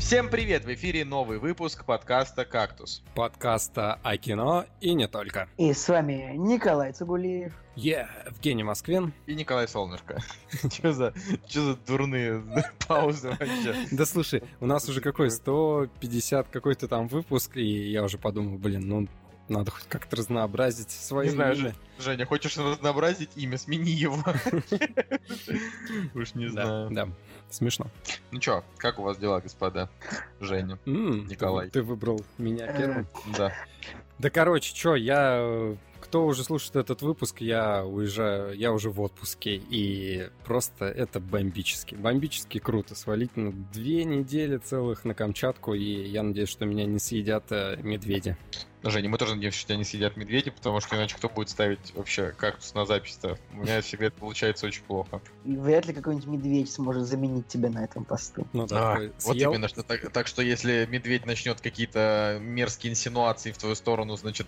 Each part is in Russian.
Всем привет! В эфире новый выпуск подкаста «Кактус». Подкаста о кино и не только. И с вами Николай Цугулиев. Евгений Москвин. И Николай Солнышко. Че за дурные паузы вообще? Да слушай, у нас уже какой 150 какой-то там выпуск, и я уже подумал, надо хоть как-то разнообразить свое имя. Не знаю, Женя, хочешь разнообразить имя, смени его. Уж не знаю. Да, смешно. Ну чё, как у вас дела, господа? Женя, Николай. Ты выбрал меня первым? Да. Да, короче, кто уже слушает этот выпуск, я уезжаю, я уже в отпуске, и просто это бомбически круто. Свалить на 2 недели целых на Камчатку, и я надеюсь, что меня не съедят медведи. Женя, мы тоже надеемся, что тебя не съедят медведи, потому что иначе кто будет ставить вообще кактус на запись-то? У меня всегда это получается очень плохо. И вряд ли какой-нибудь медведь сможет заменить тебя на этом посту. Ну да, вот именно, что так что если медведь начнет какие-то мерзкие инсинуации в твою сторону, значит,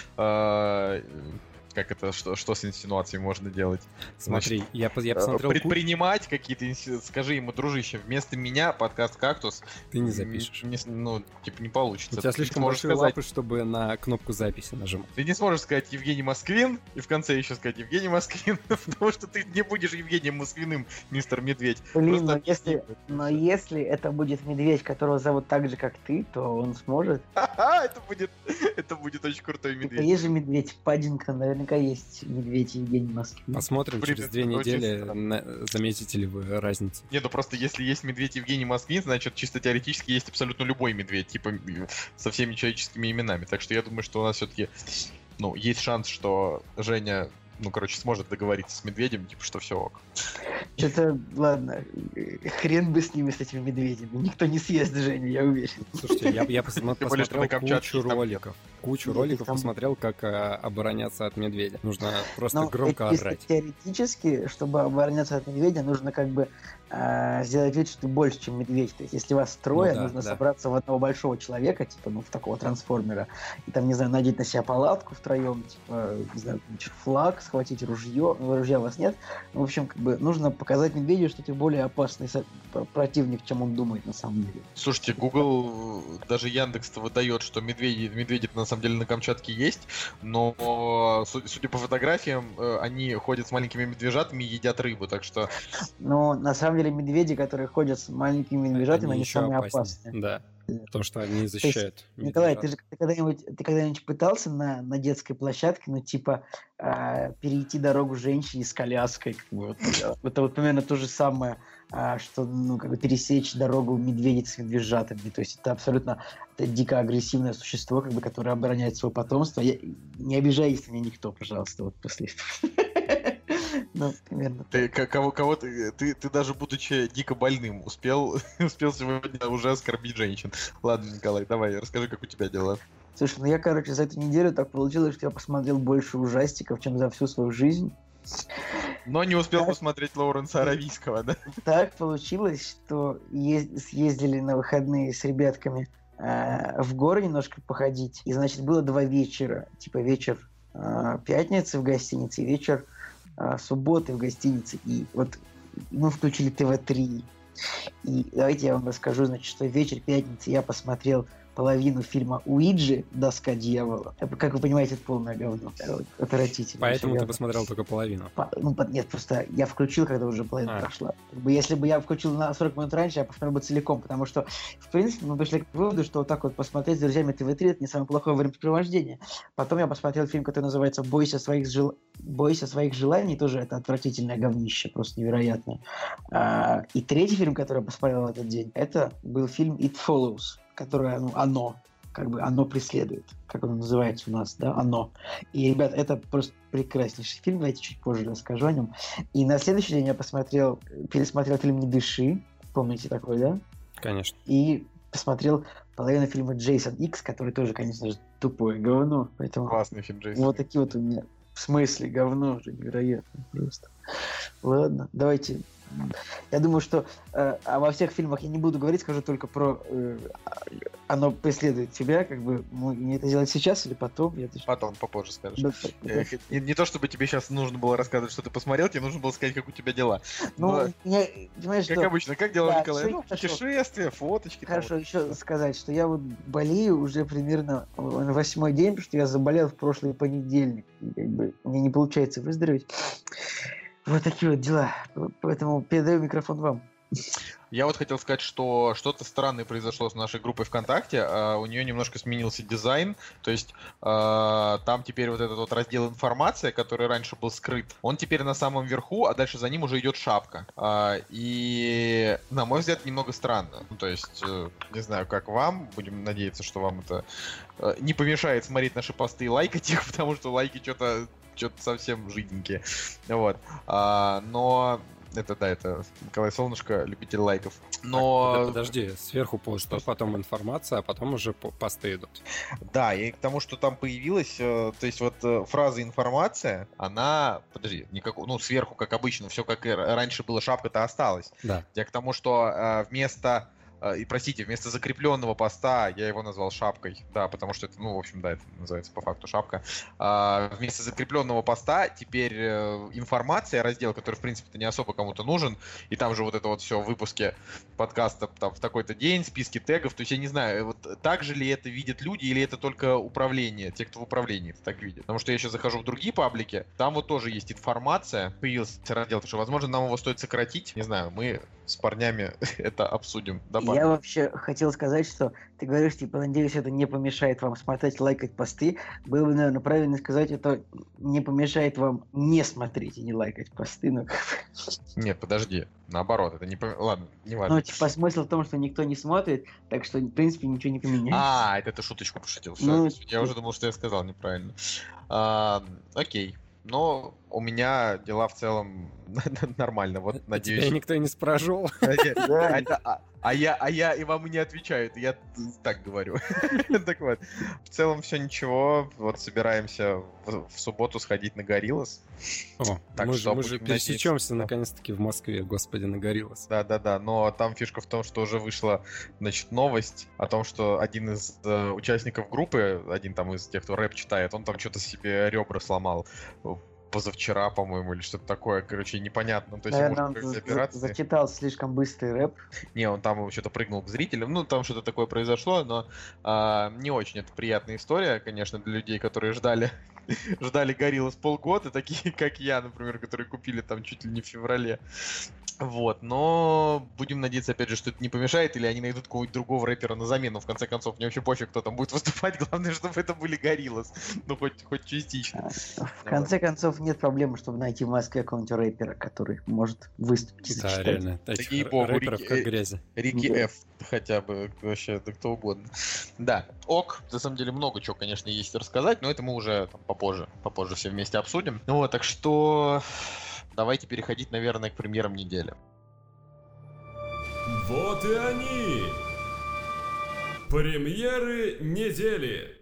как это, что с инсинуацией можно делать? Смотри, я посмотрел... Предпринимать какие-то скажи ему, дружище, вместо меня подкаст «Кактус» ты не запишешь. Не получится. У тебя слишком большие лапы, чтобы на кнопку записи нажимать. Ты не сможешь сказать Евгений Москвин и в конце еще сказать Евгений Москвин, потому что ты не будешь Евгением Москвиным, мистер Медведь. Блин, но если это будет медведь, которого зовут так же, как ты, то он сможет. Это будет очень крутой медведь. Есть же медведь Паддингтон, наверняка есть медведь Евгений Москвин. Посмотрим через 2 недели, заметите ли вы разницу. Не, ну просто если есть медведь Евгений Москвин, значит чисто теоретически есть абсолютно любой медведь, типа со всеми человеческими именами. Так что я думаю, что у нас все-таки, есть шанс, что Женя, сможет договориться с медведем, типа, что все ок. Что-то, ладно, хрен бы с ними, с этими медведями. Никто не съест Женю, я уверен. Слушайте, я посмотрел кучу роликов, посмотрел, как обороняться от медведя. Нужно просто громко орать. Теоретически, чтобы обороняться от медведя, нужно сделать вид, что ты больше, чем медведь. То есть, если вас трое, нужно собраться в одного большого человека, типа, в такого трансформера, и там, не знаю, надеть на себя палатку втроем, типа, не знаю, флаг, схватить ружье. Ружья у вас нет. В общем, нужно показать медведю, что ты более опасный противник, чем он думает на самом деле. Слушайте, Google, даже Яндекс-то выдает, что медведи на самом деле на Камчатке есть, но, судя по фотографиям, они ходят с маленькими медвежатами и едят рыбу, так что... Но на самом деле медведи, которые ходят с маленькими медвежатами, они самые опасные. Да. Потому что они защищают. Николай, ты когда-нибудь пытался на детской площадке, перейти дорогу женщине с коляской? Это вот примерно то же самое, что пересечь дорогу медведиц с медвежатами. То есть это абсолютно дико агрессивное существо, которое обороняет свое потомство. Не обижайся на меня никто, пожалуйста, вот после этого. Примерно. Ты даже будучи дико больным успел сегодня уже оскорбить женщин. Ладно, Николай, давай, расскажи, как у тебя дела. Слушай, я, за эту неделю так получилось, что я посмотрел больше ужастиков, чем за всю свою жизнь. Но не успел посмотреть Лоуренса Аравийского, да? Так получилось, что съездили на выходные с ребятками в горы немножко походить. И, значит, было 2 вечера. Типа вечер пятницы в гостинице и вечер субботы в гостинице. И вот мы включили ТВ-3. И давайте я вам расскажу, что вечер пятницы я посмотрел половину фильма «Уиджи. Доска дьявола». Как вы понимаете, это полное говно. Отвратительно. Поэтому ты посмотрел только половину? Нет, просто я включил, когда уже половина прошла. Если бы я включил на 40 минут раньше, я посмотрел бы целиком, потому что, в принципе, мы пришли к выводу, что вот так вот посмотреть с друзьями ТВ-3 это не самое плохое времяпрепровождение. Потом я посмотрел фильм, который называется «Бойся своих желаний», тоже это отвратительное говнище, просто невероятное. И третий фильм, который я посмотрел в этот день, это был фильм «It Follows», которое, оно преследует, как оно называется у нас, да, оно. И, ребят, это просто прекраснейший фильм, давайте чуть позже расскажу о нем. И на следующий день я пересмотрел фильм «Не дыши», помните такой, да? Конечно. И посмотрел половину фильма «Джейсон Икс», который тоже, конечно же, тупое говно, поэтому... Классный фильм «Джейсон». Вот такие вот у меня... В смысле, говно уже невероятно просто. Ладно, давайте. Я думаю, что во всех фильмах я не буду говорить, скажу только про оно преследует тебя, как бы мне это делать сейчас или потом? Потом, попозже скажешь. Да, Не то, чтобы тебе сейчас нужно было рассказывать, что ты посмотрел, тебе нужно было сказать, как у тебя дела. Ну, понимаешь, как что... обычно, как дела, Да, Николай? всё Путешествия, фоточки. Хорошо, еще сказать, что я вот болею уже примерно 8-й день, потому что я заболел в прошлый понедельник. И, как бы, мне не получается выздороветь. Вот такие вот дела. Поэтому передаю микрофон вам. Я вот хотел сказать, что что-то странное произошло с нашей группой ВКонтакте. У нее немножко сменился дизайн. То есть там теперь вот этот вот раздел «Информация», который раньше был скрыт, он теперь на самом верху, а дальше за ним уже идет шапка. И, на мой взгляд, немного странно. Ну, то есть, не знаю, как вам. Будем надеяться, что вам это не помешает смотреть наши посты и лайкать их, потому что лайки что-то совсем жиденькие. Вот. Но... Это Николай Солнышко, любитель лайков. Но... Так, подожди, сверху пост, потом информация, а потом уже посты идут. Да, и к тому, что там появилась, то есть вот фраза «информация», она, сверху, как обычно, все как и раньше было, шапка-то осталась. Да. Я к тому, что вместо закрепленного поста, я его назвал шапкой, да, потому что это, в общем, да, это называется по факту шапка. Вместо закрепленного поста теперь информация, раздел, который, в принципе-то, не особо кому-то нужен, и там же вот это вот все в выпуске подкаста там в такой-то день, списки тегов, то есть я не знаю, вот так же ли это видят люди, или это только управление, те, кто в управлении это так видит. Потому что я еще захожу в другие паблики, там вот тоже есть информация, появился раздел, потому что, возможно, нам его стоит сократить, не знаю, мы с парнями это обсудим. Да, я вообще хотел сказать, что ты говоришь, надеюсь, это не помешает вам смотреть, лайкать посты. Было бы, наверное, правильно сказать, это не помешает вам не смотреть и не лайкать посты. Нет, подожди. Наоборот, это не Ладно, не важно. Смысл в том, что никто не смотрит, так что, в принципе, ничего не поменяется. Это ты шуточку пошутил. Все, я уже думал, что я сказал неправильно. Окей. Но у меня дела в целом нормально, вот, надеюсь. Тебя никто не спрашивал. Я и вам и не отвечаю, я так говорю. Так вот, в целом все ничего, вот собираемся в субботу сходить на Гориллас. Мы же пересечемся наконец-таки в Москве, господи, на Гориллас. Да, но там фишка в том, что уже вышла, новость о том, что один из участников группы, один там из тех, кто рэп читает, он там что-то себе ребра сломал позавчера, по-моему, или что-то такое. Короче, непонятно. То есть, наверное, он зачитал слишком быстрый рэп. Не, он там что-то прыгнул к зрителям. Там что-то такое произошло, но не очень это приятная история, конечно, для людей, которые ждали Гориллас полгода, такие, как я, например, которые купили там чуть ли не в феврале. Вот, но будем надеяться, опять же, что это не помешает, или они найдут какого-нибудь другого рэпера на замену. В конце концов, мне вообще пофиг, кто там будет выступать, главное, чтобы это были Гориллас. Хоть частично. В конце концов, нет проблемы, чтобы найти в Москве какого-нибудь рэпера, который может выступить. Да, реально. Таких рэперов как грязи. Рики Ф. хотя бы, вообще, да кто угодно. Да, на самом деле много чего, конечно, есть рассказать, но это мы уже попозже все вместе обсудим. Так что... Давайте переходить, наверное, к премьерам недели. Вот и они! Премьеры недели!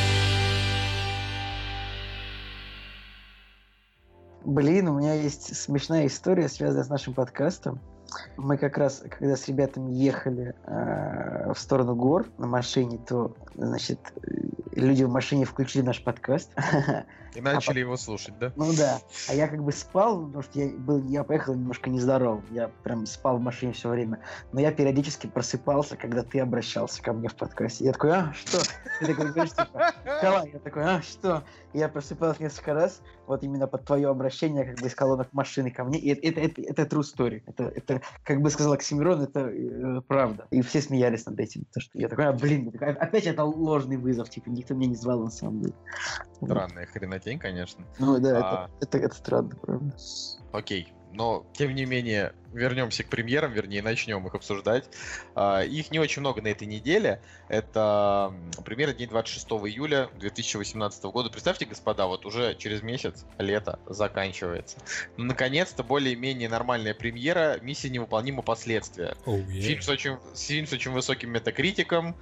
У меня есть смешная история, связанная с нашим подкастом. Мы как раз, когда с ребятами ехали в сторону гор на машине, то, люди в машине включили наш подкаст. И начали его слушать, да? Да. А я спал, потому что я поехал немножко нездоров. Я прям спал в машине все время. Но я периодически просыпался, когда ты обращался ко мне в подкасте. Я такой, что? Ты такой говоришь, Николай. Я такой, что? И я просыпался несколько раз, вот именно под твое обращение, из колонок машины ко мне. И это true story. Это, как бы сказал Оксимирон, это правда. И все смеялись над этим. Потому что я такой, опять это ложный вызов. Никто меня не звал на самом деле. Странная хренотень, конечно. Это странно, правда. Окей. Но, тем не менее, вернемся к премьерам, вернее, начнем их обсуждать. Их не очень много на этой неделе. Это премьера день 26 июля 2018 года. Представьте, господа, вот уже через месяц лето заканчивается. Ну, наконец-то более-менее нормальная премьера «Миссия невыполнима. Последствия». Фильм с очень высоким метакритиком.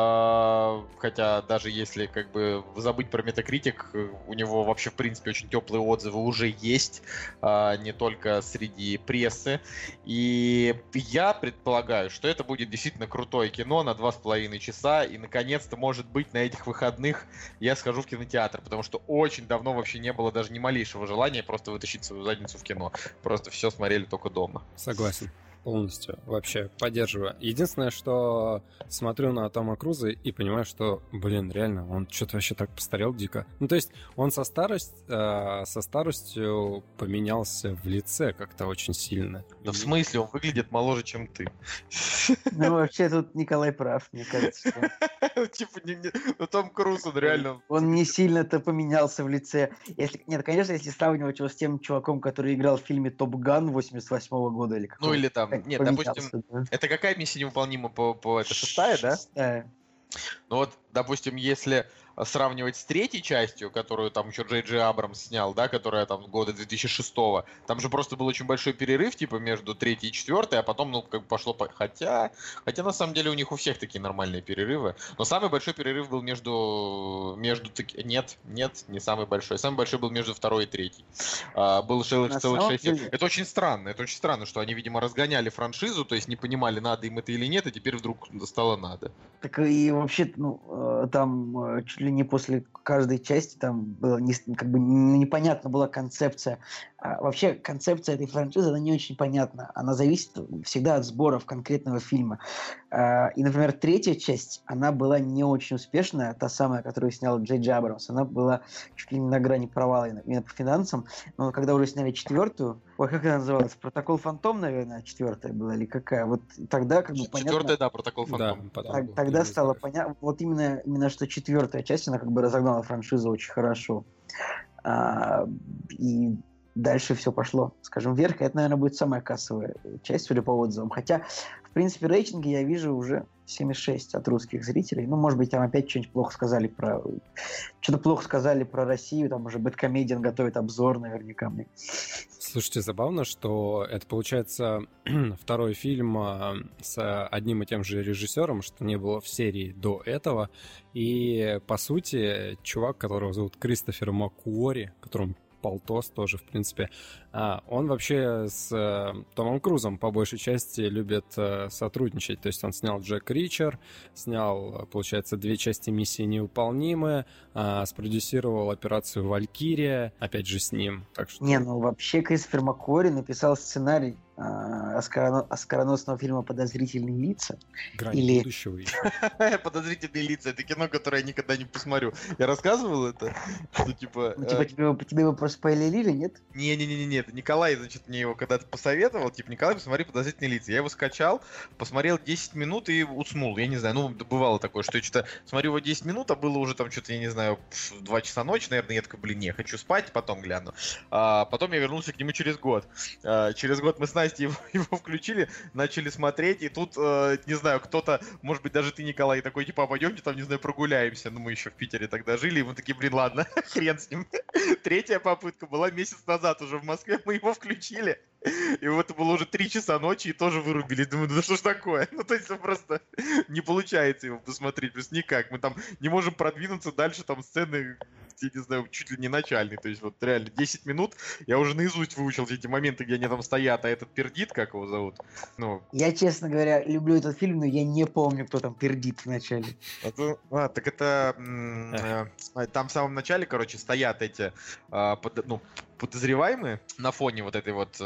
Хотя даже если как бы забыть про метакритик, у него вообще в принципе очень теплые отзывы уже есть, не только среди прессы. И я предполагаю, что это будет действительно крутое кино на 2,5 часа, и наконец-то, может быть, на этих выходных я схожу в кинотеатр, потому что очень давно вообще не было даже ни малейшего желания просто вытащить свою задницу в кино. Просто все смотрели только дома. Согласен. Полностью. Вообще, поддерживаю. Единственное, что смотрю на Тома Круза и понимаю, что, блин, реально, он что-то вообще так постарел дико. Ну, то есть, он со старостью поменялся в лице как-то очень сильно. Да в смысле? Он выглядит моложе, чем ты. Ну, вообще, тут Николай прав, мне кажется. Типа, Том Круз, он реально... Он не сильно-то поменялся в лице. Нет, конечно, если сравнивать его с тем чуваком, который играл в фильме «Топ Ган» 88-го года или какого-то. Ну, или там... Нет, допустим, да. это какая миссия невыполнима по это 6-я, да? 6-я. Ну вот, допустим, если сравнивать с третьей частью, которую там еще Джей Джей Абрамс снял, да, которая там года 2006-го, там же просто был очень большой перерыв, типа, между третьей и четвертой, а потом, ну, как бы пошло... Хотя на самом деле у них у всех такие нормальные перерывы. Но самый большой перерыв был между... Нет, не самый большой. Самый большой был между второй и третьей. Был целых 6 лет. Это очень странно, что они, видимо, разгоняли франшизу, то есть не понимали, надо им это или нет, и теперь вдруг стало надо. Так и вообще, ну, там чуть ли не после каждой части там было как бы непонятна была концепция. Вообще концепция этой франшизы, она не очень понятна. Она зависит всегда от сборов конкретного фильма. И, например, третья часть, она была не очень успешная, та самая, которую снял Джей Джей Абрамс. Она была чуть ли не на грани провала именно по финансам. Но когда уже сняли четвертую, как она называлась? «Протокол Фантом», наверное, четвертая была или какая? Вот тогда как бы понятно... Четвертая, да, «Протокол Фантом». Да, тогда стало понятно. Вот именно что четвертая часть, она как бы разогнала франшизу очень хорошо. И дальше все пошло, скажем, вверх. Это, наверное, будет самая кассовая часть, судя по отзывам. Хотя, в принципе, рейтинги я вижу уже 7,6 от русских зрителей. Ну, может быть, там опять что-нибудь плохо сказали про... Что-то плохо сказали про Россию. Там уже Бэдкомедиан готовит обзор наверняка мне. Слушайте, забавно, что это, получается, второй фильм с одним и тем же режиссером, что не было в серии до этого. И, по сути, чувак, которого зовут Кристофер МакКуори, которому Полтос тоже, в принципе. Он вообще с Томом Крузом по большей части любит сотрудничать. То есть он снял «Джек Ричер», снял, получается, 2 части «Миссии невыполнимые», спродюсировал «Операцию Валькирия», опять же с ним. Так что... Не, ну вообще Кристофер МакКуори написал сценарий оскароносного фильма «Подозрительные лица». Грань или... будущего еще. «Подозрительные лица» — это кино, которое я никогда не посмотрю. Я рассказывал это? Что типа... Ну, типа тебе его просто спойлерили, нет? Не-не-не, это Николай, значит, мне его когда-то посоветовал. Типа, Николай, посмотри «Подозрительные лица». Я его скачал, посмотрел 10 минут и уснул. Я не знаю, ну, бывало такое, что я что-то смотрю его 10 минут, а было уже там что-то, я не знаю, 2 часа ночи, наверное, я такой, блин, не, хочу спать, потом гляну. Потом я вернулся к нему через год. Через год мы с Настей его включили, начали смотреть, и тут, не знаю, кто-то, может быть, даже ты, Николай, такой, типа, пойдемте там, не знаю, прогуляемся. Ну, мы еще в Питере тогда жили, и мы такие, блин, ладно, хрен с ним. Третья попытка была месяц назад уже в Москве, мы его включили. И вот это было уже 3 часа ночи, и тоже вырубились. Думаю, да что ж такое? Ну, то есть, просто не получается его посмотреть, просто никак. Мы там не можем продвинуться дальше, там, сцены, я не знаю, чуть ли не начальные. То есть, вот реально, 10 минут, я уже наизусть выучил эти моменты, где они там стоят, а этот пердит, как его зовут? Ну... Я, честно говоря, люблю этот фильм, но я не помню, кто там пердит в начале. Так это... Там в самом начале, короче, стоят эти... подозреваемые на фоне вот этой вот,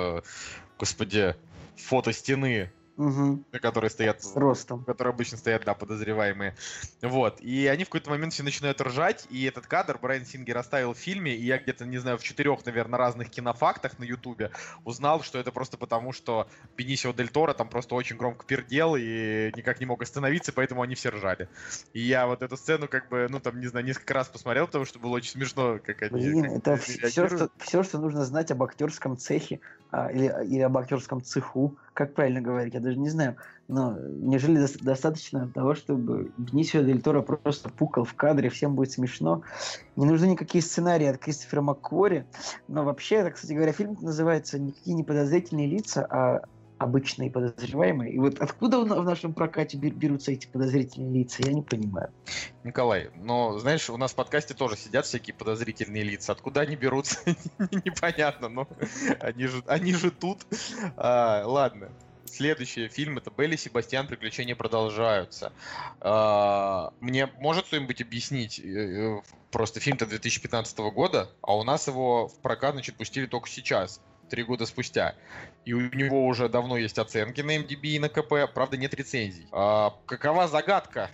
господи, фотостены, на которой стоят, ростом, которые обычно стоят, да, подозреваемые. Вот. И они в какой-то момент все начинают ржать, и этот кадр Брайан Сингер оставил в фильме, и я где-то, не знаю, в 4, наверное, разных кинофактах на Ютубе узнал, что это просто потому, что Бенисио Дель Торо там просто очень громко пердел и никак не мог остановиться, поэтому они все ржали. И я вот эту сцену, как бы, ну, там, не знаю, несколько раз посмотрел, потому что было очень смешно, как они... Блин, это все, что нужно знать об актерском цехе. или об актерском цеху, как правильно говорить, я даже не знаю. Но неужели достаточно того, чтобы Бенисио Дель Торо просто пукал в кадре, всем будет смешно. Не нужны никакие сценарии от Кристофера МакКвори. Но вообще, это, кстати говоря, фильм называется «Никакие не подозрительные лица», а обычные подозреваемые. И вот откуда в нашем прокате берутся эти подозрительные лица, я не понимаю. Николай, но знаешь, у нас в подкасте тоже сидят всякие подозрительные лица. Откуда они берутся, непонятно, но они же тут. Ладно. Следующий фильм — это «Белль и Себастьян. Приключения продолжаются». Мне может кто-нибудь объяснить, просто фильм-то 2015 года, а у нас его в прокат, пустили только сейчас, 3 года спустя. И у него уже давно есть оценки на MDB и на КП, правда, нет рецензий. Какова загадка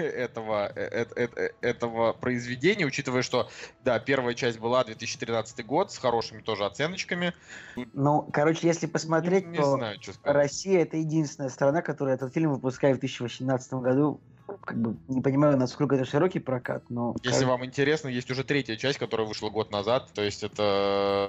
этого произведения, учитывая, что, да, первая часть была 2013 год с хорошими тоже оценочками. Ну, короче, если посмотреть, не то знаю, что сказать. Россия — это единственная страна, которая этот фильм выпускает в 2018 году. Как бы не понимаю, насколько это широкий прокат, но... Если вам интересно, есть уже 3-я часть, которая вышла год назад, то есть это...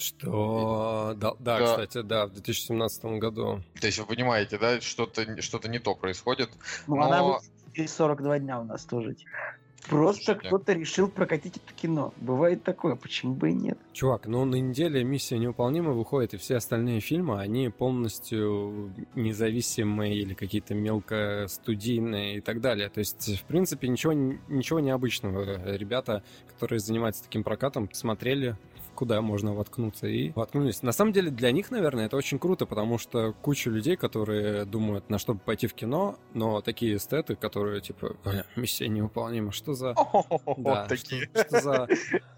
Что? Да, кстати, да, в 2017 году. То есть вы понимаете, да, что-то не то происходит. Ну, она выйдет через 42 дня у нас тоже. Просто Слушайте. кто-то решил прокатить это кино. Бывает такое, почему бы и нет? Чувак, ну на неделе «Миссия невыполнима» выходит, и все остальные фильмы, они полностью независимые или какие-то мелкостудийные и так далее. То есть, в принципе, ничего необычного. Ребята, которые занимаются таким прокатом, смотрели, куда можно воткнуться, и воткнулись. На самом деле, для них, наверное, это очень круто, потому что куча людей, которые думают, на что бы пойти в кино, но такие эстеты, которые, типа, «Миссия невыполнима», что за... Да, такие. Что за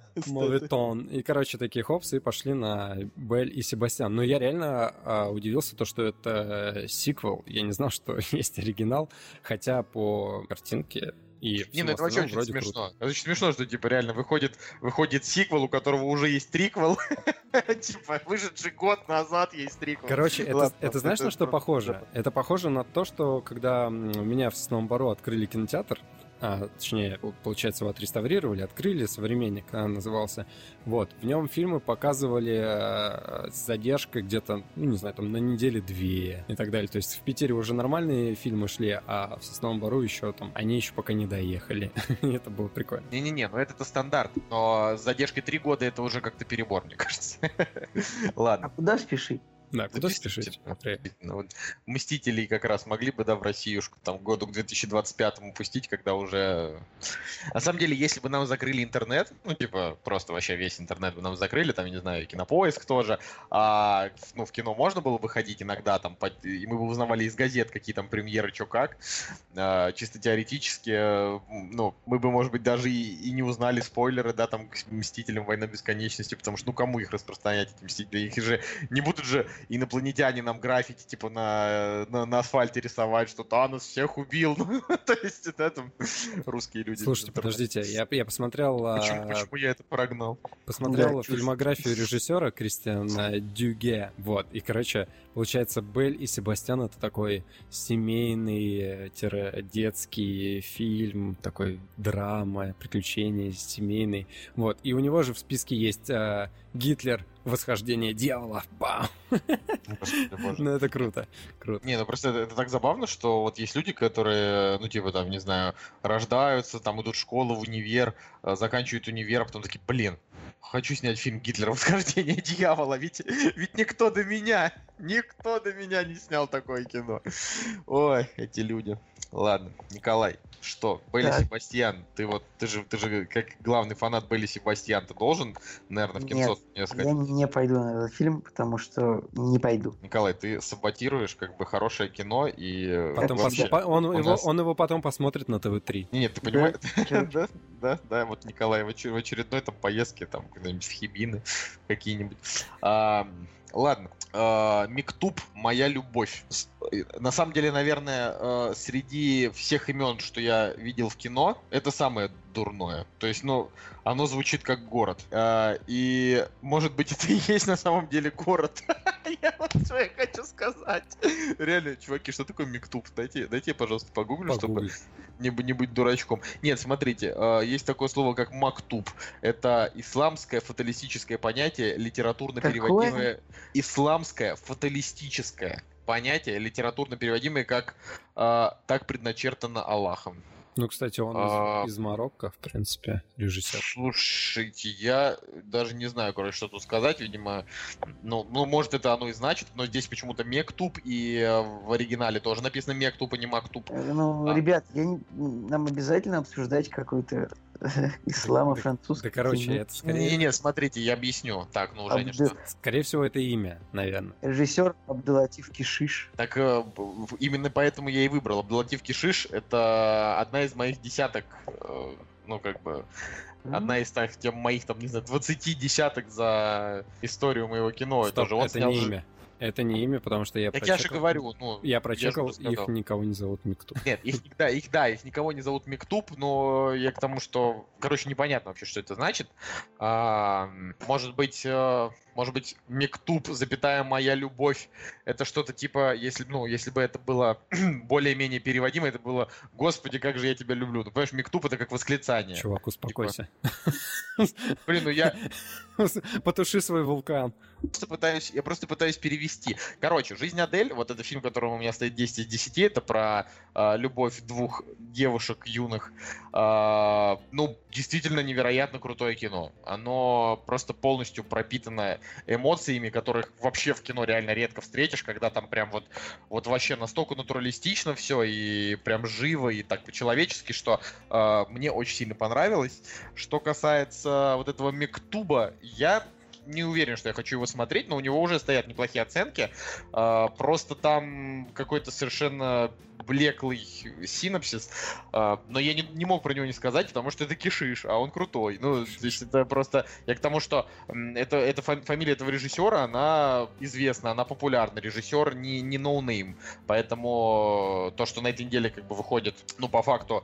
моветон. И, короче, такие хопсы и пошли на «Белль и Себастьян». Но я реально удивился, то, что это сиквел. Я не знал, что есть оригинал, хотя по картинке и Не, ну это вообще очень смешно. Круто. Это очень смешно, что типа реально выходит сиквел, у которого уже есть триквел. Типа, вышедший год назад есть триквел. Короче, это знаешь, на что похоже? Это похоже на то, что когда у меня в Сосновом Бору открыли кинотеатр, точнее, получается, его отреставрировали, открыли, «Современник» назывался. Вот, в нем фильмы показывали с задержкой где-то, ну, не знаю, там на недели 2 и так далее. То есть в Питере уже нормальные фильмы шли, а в Сосновом Бору еще там, они еще пока не доехали. Это было прикольно. Не-не-не, ну это задстандарт, но с задержкой 3 года это уже как-то перебор, мне кажется. Ладно. А куда спешить? Да, куда спешить? «Мстителей» как раз могли бы, да, в Россиюшку там году к 2025-му пустить, когда уже... На самом деле, если бы нам закрыли интернет, ну, типа, просто вообще весь интернет бы нам закрыли, там, я не знаю, Кинопоиск тоже, ну, в кино можно было бы ходить иногда, там, и мы бы узнавали из газет, какие там премьеры, что как, чисто теоретически, ну, мы бы, может быть, даже и не узнали спойлеры, да, там, к «Мстителям. Война бесконечности», потому что, ну, кому их распространять, эти «Мстители», их же не будут же инопланетяне нам граффити типа на асфальте рисовать, что Танос всех убил. То есть это там русские люди. Слушайте, подождите, я посмотрел... Почему я это прогнал? Посмотрел фильмографию режиссера Кристиана Дюге. Вот, и, короче, получается, «Белль и Себастьян» — это такой семейный-детский фильм, такой драма, приключения семейный. Вот, и у него же в списке есть «Гитлер. Восхождение дьявола». Бам! Ну, это круто. Не, ну просто это так забавно, что вот есть люди, которые, ну, типа, там, не знаю, рождаются, там, идут в школу, в универ, заканчивают универ, а потом такие, блин, хочу снять фильм «Гитлер. Восхождение дьявола», ведь никто до меня не снял такое кино. Ой, эти люди. Ладно, Николай, что, «Белль и Себастьян», ты же как главный фанат «Белль и Себастьян», ты должен, наверное, в кинцо мне сказать? Я не пойду на этот фильм, потому что не пойду. Николай, ты саботируешь как бы хорошее кино, и потом вообще, он его потом посмотрит на ТВ-3. Нет, ты понимаешь? Да, вот Николай в очередной там поездке, там, куда-нибудь в Хибины какие-нибудь. Ладно. «Мектуб. Моя любовь». на самом деле, наверное, среди всех имен, что я видел в кино, это самое дурное. То есть, ну, оно звучит как город. И, может быть, это и есть на самом деле город. Я вот что я хочу сказать. Реально, чуваки, что такое Мектуб? Дайте, пожалуйста, погуглю, чтобы не быть дурачком. Нет, смотрите, есть такое слово, как мактуб. Это исламское фаталистическое понятие, литературно переводимое... Исламское фаталистическое понятие, литературно переводимое как «так предначертано Аллахом». Ну, кстати, он из Марокко, в принципе, режиссер. Слушайте, я даже не знаю, короче, что тут сказать, видимо, ну, может, это оно и значит, но здесь почему-то Мектуб, и в оригинале тоже написано Мектуб, а не Мактуб. Ну, ребят, нам обязательно обсуждать какой-то исламо-французский. Да, короче, это скорее... Не, смотрите, я объясню. Так, ну, Женя, что? Скорее всего, это имя, наверное. Режиссер Абдулатиф Кишиш. Так, именно поэтому я и выбрал. Абдулатиф Кишиш — это одна из моих десяток, ну, как бы... Одна из моих, там, не знаю, 20 десяток за историю моего кино. Стоп, это же он это не имя. Это не имя, потому что я прочекал. Я же говорю, ну... Я прочекал, их никого не зовут Мектуб. Нет, их никого не зовут Мектуб, но я к тому, что... Короче, непонятно вообще, что это значит. Может быть, Мектуб, запятая моя любовь, это что-то типа, если бы это было более-менее переводимо, это было «Господи, как же я тебя люблю». Ну, понимаешь, Мектуб — это как восклицание. Чувак, успокойся. Блин, ну я... Потуши свой вулкан. Я просто пытаюсь перевести. Короче, «Жизнь Адель», вот это фильм, которому у меня стоит 10 из 10, это про любовь двух девушек юных. Ну, действительно невероятно крутое кино. Оно просто полностью пропитано эмоциями, которых вообще в кино реально редко встретишь, когда там прям вот вообще настолько натуралистично все и прям живо и так по-человечески, что мне очень сильно понравилось. Что касается вот этого Мектуба, я не уверен, что я хочу его смотреть, но у него уже стоят неплохие оценки. Просто там какой-то совершенно блеклый синопсис. Но я не мог про него не сказать, потому что это Кишиш, а он крутой. Ну, то есть это просто... Я к тому, что эта фамилия этого режиссера, она известна, она популярна. Режиссер не ноунейм. Поэтому то, что на этой неделе как бы выходит, ну, по факту,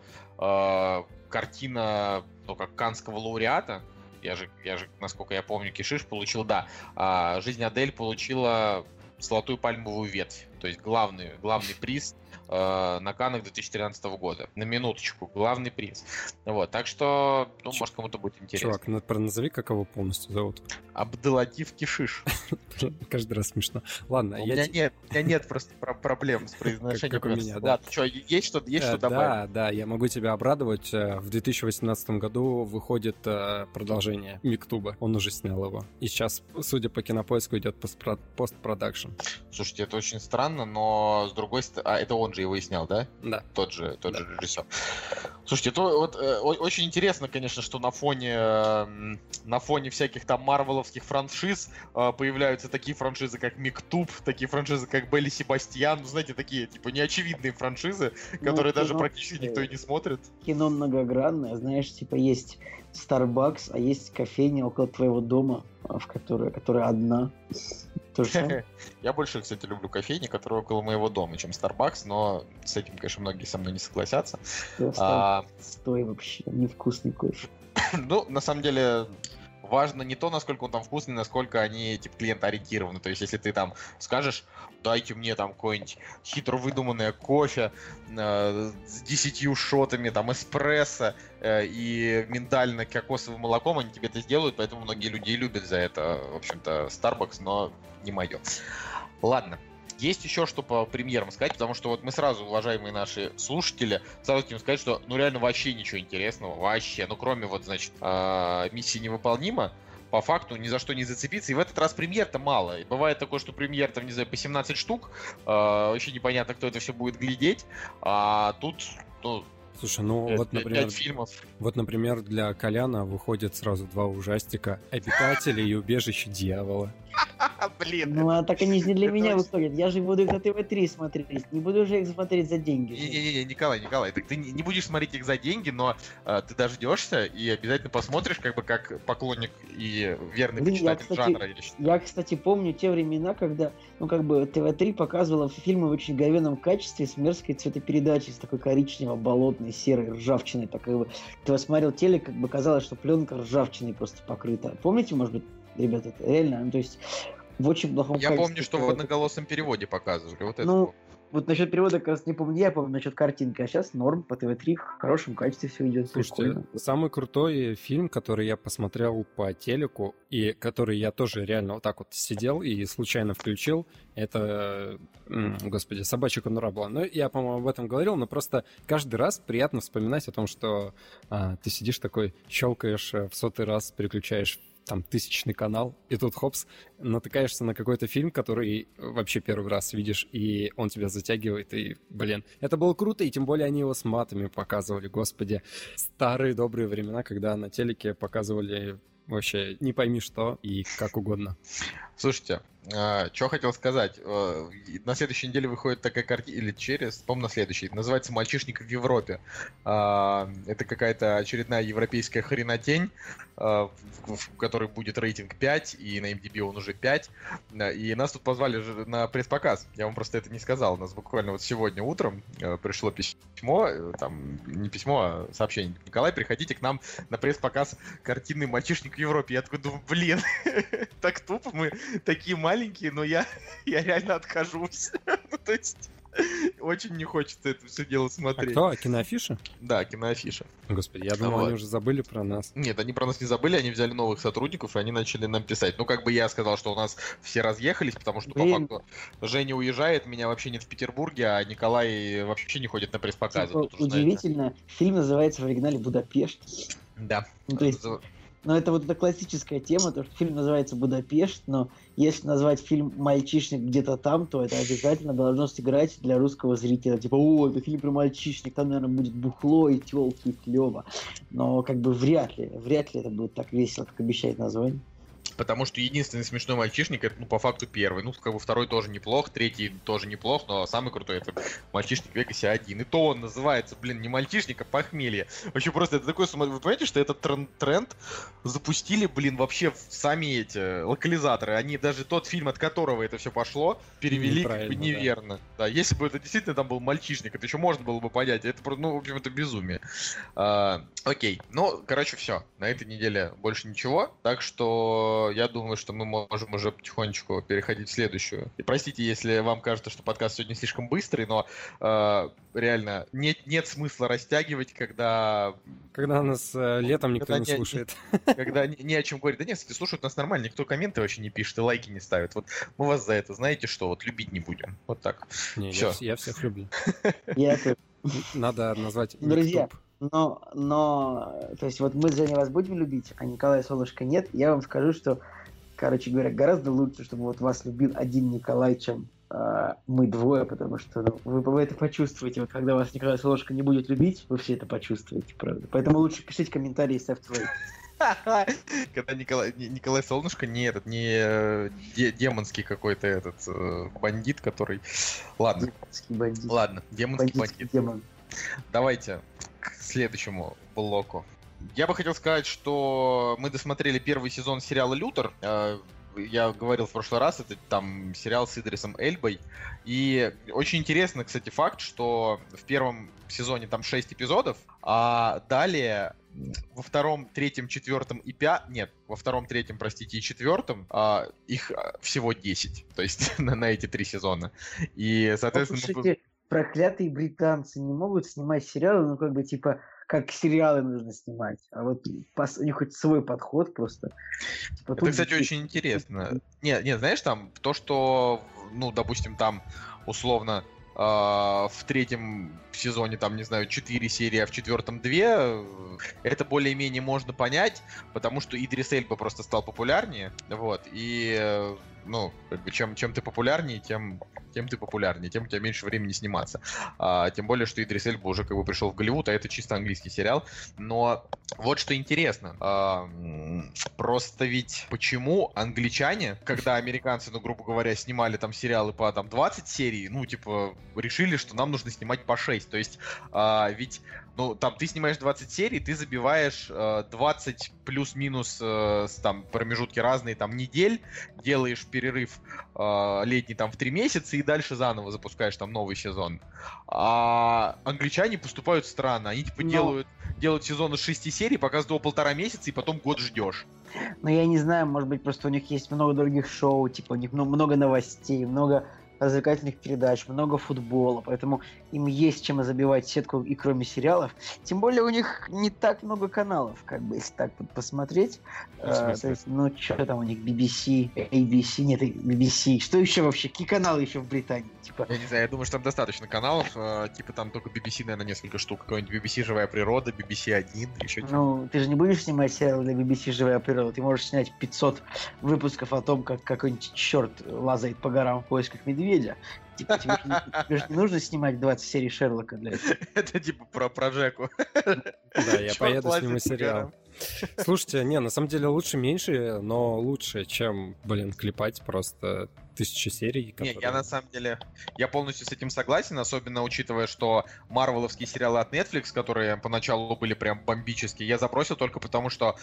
картина, ну, как каннского лауреата, я же, насколько я помню, Кишиш получил, да. «Жизнь Адель» получила «Золотую пальмовую ветвь». То есть главный приз на Каннах 2013 года. На минуточку, главный приз. Вот, так что, ну, может, кому-то будет интересно. Чувак, назови, как его полностью зовут. Абдулатиф Кишиш. Каждый раз смешно. Ладно, у меня нет просто проблем с произношением. Как у меня, да. Ладно, что, есть что добавить? Да, я могу тебя обрадовать. В 2018 году выходит продолжение Мектуба. Он уже снял его. И сейчас, судя по Кинопоиску, идет постпродакшн. Слушайте, это очень странно, но с другой стороны... это он же его и снял, да? Да. Тот же режиссер. Слушайте, это вот очень интересно, конечно, что на фоне всяких там марвеловских франшиз появляются такие франшизы, как Мектуб, такие франшизы, как Белль и Себастьян, ну, знаете, такие, типа, неочевидные франшизы, которые даже практически никто и не смотрит. Кино многогранное, знаешь, типа, есть Starbucks, а есть кофейня около твоего дома, которая одна. Я больше, кстати, люблю кофейни, которые около моего дома, чем Starbucks, но с этим, конечно, многие со мной не согласятся. Стой вообще, невкусный кофе. Ну, на самом деле, важно не то, насколько он там вкусный, насколько они, типа, клиентоориентированы. То есть, если ты там скажешь, дайте мне там какое-нибудь хитро выдуманное кофе с 10 шотами, там, эспрессо и миндально-кокосовым молоком, они тебе это сделают, поэтому многие люди и любят за это, в общем-то, Starbucks, но не мое. Ладно. Есть еще что по премьерам сказать, потому что вот мы сразу, уважаемые наши слушатели, сразу хотим сказать, что ну реально вообще ничего интересного, вообще, ну кроме вот, значит, «Миссия невыполнима», по факту ни за что не зацепиться, и в этот раз премьер-то мало. И бывает такое, что премьер там, не знаю, по 17 штук, вообще непонятно, кто это все будет глядеть, а тут, ну... Слушай, ну 5, вот, например, 5 фильмов. Вот, например, для Коляна выходят сразу 2 ужастика: «Обитатели» и «Убежище дьявола». Блин. Ну, а так они же не для Это меня очень- выходят. Я же буду их на ТВ-3 смотреть. Не буду же их смотреть за деньги. Не-не-не, Николай, так ты не будешь смотреть их за деньги, но ты дождешься и обязательно посмотришь, как бы как поклонник и верный Блин, я, почитатель кстати, жанра. Я считаю. Я, кстати, помню те времена, когда, ну, как бы, ТВ-3 показывала фильмы в очень говенном качестве с мерзкой цветопередачей, с такой коричнево-болотной, серой ржавчиной. Так, как бы, ты смотрел телек, как бы казалось, что пленка ржавчиной просто покрыта. Помните, может быть, ребята, это реально? Ну, то есть, в очень плохом Я качестве. помню, что в одноголосом переводе показывали. Вот это. Ну, вот насчет перевода как раз не помню, я помню насчет картинки, а сейчас норм, по ТВ-3 в хорошем качестве все идет. Слушайте, прикольно. самый крутой фильм, который я посмотрел по телеку, и который я тоже реально вот так вот сидел и случайно включил, это, господи, «Собачья конура» была. Ну, я, по-моему, об этом говорил, но просто каждый раз приятно вспоминать о том, что ты сидишь такой, щелкаешь в 100-й раз, переключаешь там 1000-й канал, и тут, хопс, натыкаешься на какой-то фильм, который вообще первый раз видишь, и он тебя затягивает, и, блин, это было круто, и тем более они его с матами показывали, господи. Старые добрые времена, когда на телеке показывали вообще не пойми что и как угодно. Слушайте, что хотел сказать. На следующей неделе выходит такая картина, или через, по-моему, на следующей. Называется «Мальчишник в Европе». Это какая-то очередная европейская хренотень, в которой будет рейтинг 5, и на MDB он уже 5. И нас тут позвали на пресс-показ. Я вам просто это не сказал. У нас буквально вот сегодня утром пришло письмо, там не письмо, а сообщение. Николай, приходите к нам на пресс-показ картины «Мальчишник в Европе». Я такой думаю, блин, так тупо, мы такие маленькие, но я реально откажусь. Ну, то есть, очень не хочется это все дело А смотреть. кто? Киноафиша? Да, киноафиша. Господи, я думал, Вот. они уже забыли про нас. Нет, они про нас не забыли, они взяли новых сотрудников, и они начали нам писать. Ну, как бы я сказал, что у нас все разъехались, потому что, Блин. по факту, Женя уезжает, меня вообще нет в Петербурге, а Николай вообще не ходит на пресс-показы. Типа, Тут уже, знаете. удивительно, фильм называется в оригинале «Будапешт». Да. Ну, то есть, но это вот эта классическая тема, то, что фильм называется «Будапешт», но если назвать фильм «Мальчишник где-то там», то это обязательно должно сыграть для русского зрителя. Типа, о, это фильм про мальчишник, там, наверное, будет бухло и тёлки, и клёво. Но как бы вряд ли это будет так весело, как обещает название. Потому что единственный смешной мальчишник, это, ну, по факту первый. Ну, как бы второй тоже неплох, третий тоже неплох, но самый крутой это мальчишник в Вегасе 1. И то он называется, блин, не мальчишник, а похмелье. Вообще просто это такой... Вы понимаете, что этот тренд запустили, блин, вообще сами эти локализаторы. Они даже тот фильм, от которого это все пошло, перевели как бы Неправильно, да. неверно. Да, если бы это действительно там был мальчишник, это еще можно было бы понять. Это, ну, в общем, это безумие. Окей, ну, короче, все. На этой неделе больше ничего, так что я думаю, что мы можем уже потихонечку переходить в следующую. И простите, если вам кажется, что подкаст сегодня слишком быстрый, но реально нет смысла растягивать, когда нас летом никто Когда не не- слушает. когда не о чем говорить. Да нет, кстати, слушают нас нормально, никто комменты вообще не пишет и лайки не ставит. Вот мы вас за это, знаете что, вот любить не будем. Вот так. Не, Всё. я всех люблю. Я тут. Надо назвать Друзья, Никтуб. но, то есть вот мы с Женей вас будем любить, а Николая Солнышко нет. Я вам скажу, что, короче говоря, гораздо лучше, чтобы вот вас любил один Николай, чем мы двое, потому что ну, вы это почувствуете. Вот когда вас Николай Солнышко не будет любить, вы все это почувствуете, правда. Поэтому лучше пишите комментарии и ставьте лайк. Когда Николай Солнышко не демонский какой-то этот бандит, который... Ладно, Демонский бандит. ладно, демонский Бандитский бандит. демон. Давайте к следующему блоку. Я бы хотел сказать, что мы досмотрели первый сезон сериала «Лютер». Я говорил в прошлый раз, это там сериал с Идрисом Эльбой. И очень интересно, кстати, факт, что в первом сезоне там 6 эпизодов, а далее во втором, третьем, четвертом и во втором, третьем, простите, и четвертом их всего 10. То есть на эти 3 сезона. И, соответственно... Слушайте, проклятые британцы не могут снимать сериалы, ну как бы типа как сериалы нужно снимать, а вот у них хоть свой подход просто. Типа, Это, тут кстати, очень интересно. Не, знаешь, там то, что, ну, допустим, там условно в третьем сезоне, там, не знаю, 4 серии, а в четвертом 2, это более-менее можно понять, потому что Идрис Эльба просто стал популярнее, вот, и ну, как бы, чем ты популярнее, тем ты популярнее, тем у тебя меньше времени сниматься. Тем более, что Идрис Эльба уже как бы пришел в Голливуд, а это чисто английский сериал. Но вот что интересно. Просто ведь почему англичане, когда американцы, ну, грубо говоря, снимали там сериалы по там 20 серий, ну, типа, решили, что нам нужно снимать по 6. То есть, ведь, ну, там, ты снимаешь 20 серий, ты забиваешь 20 плюс-минус там промежутки разные, там, недель, делаешь перерыв летний там в 3 месяца и дальше заново запускаешь там новый сезон. А англичане поступают странно. Они типа делают сезон из 6 серий, показывают его 1,5 месяца и потом год ждешь. Но я не знаю, может быть, просто у них есть много других шоу, типа у них много новостей, много развлекательных передач, много футбола, поэтому им есть чем забивать сетку и кроме сериалов. Тем более у них не так много каналов, как бы, если так вот посмотреть. То есть, ну, что там у них, BBC, ABC, нет, BBC. Что еще вообще? Какие каналы еще в Британии? Типа... Я не знаю, я думаю, что там достаточно каналов, типа там только BBC, наверное, несколько штук. Какой-нибудь BBC «Живая природа», BBC 1, еще что-то. Ну, ты же не будешь снимать сериал для BBC «Живая природа», ты можешь снять 500 выпусков о том, как какой-нибудь черт лазает по горам в поисках медведя. Типа, тебе же не нужно снимать 20 серий Шерлока для этого. Это типа про Джеку. Да, я поеду сниму сериал. Слушайте, не, на самом деле лучше меньше, но лучше, чем, клепать просто 1000 серий. Не, я на самом деле, я полностью с этим согласен, особенно учитывая, что марвеловские сериалы от Netflix, которые поначалу были прям бомбические, я забросил только потому, что...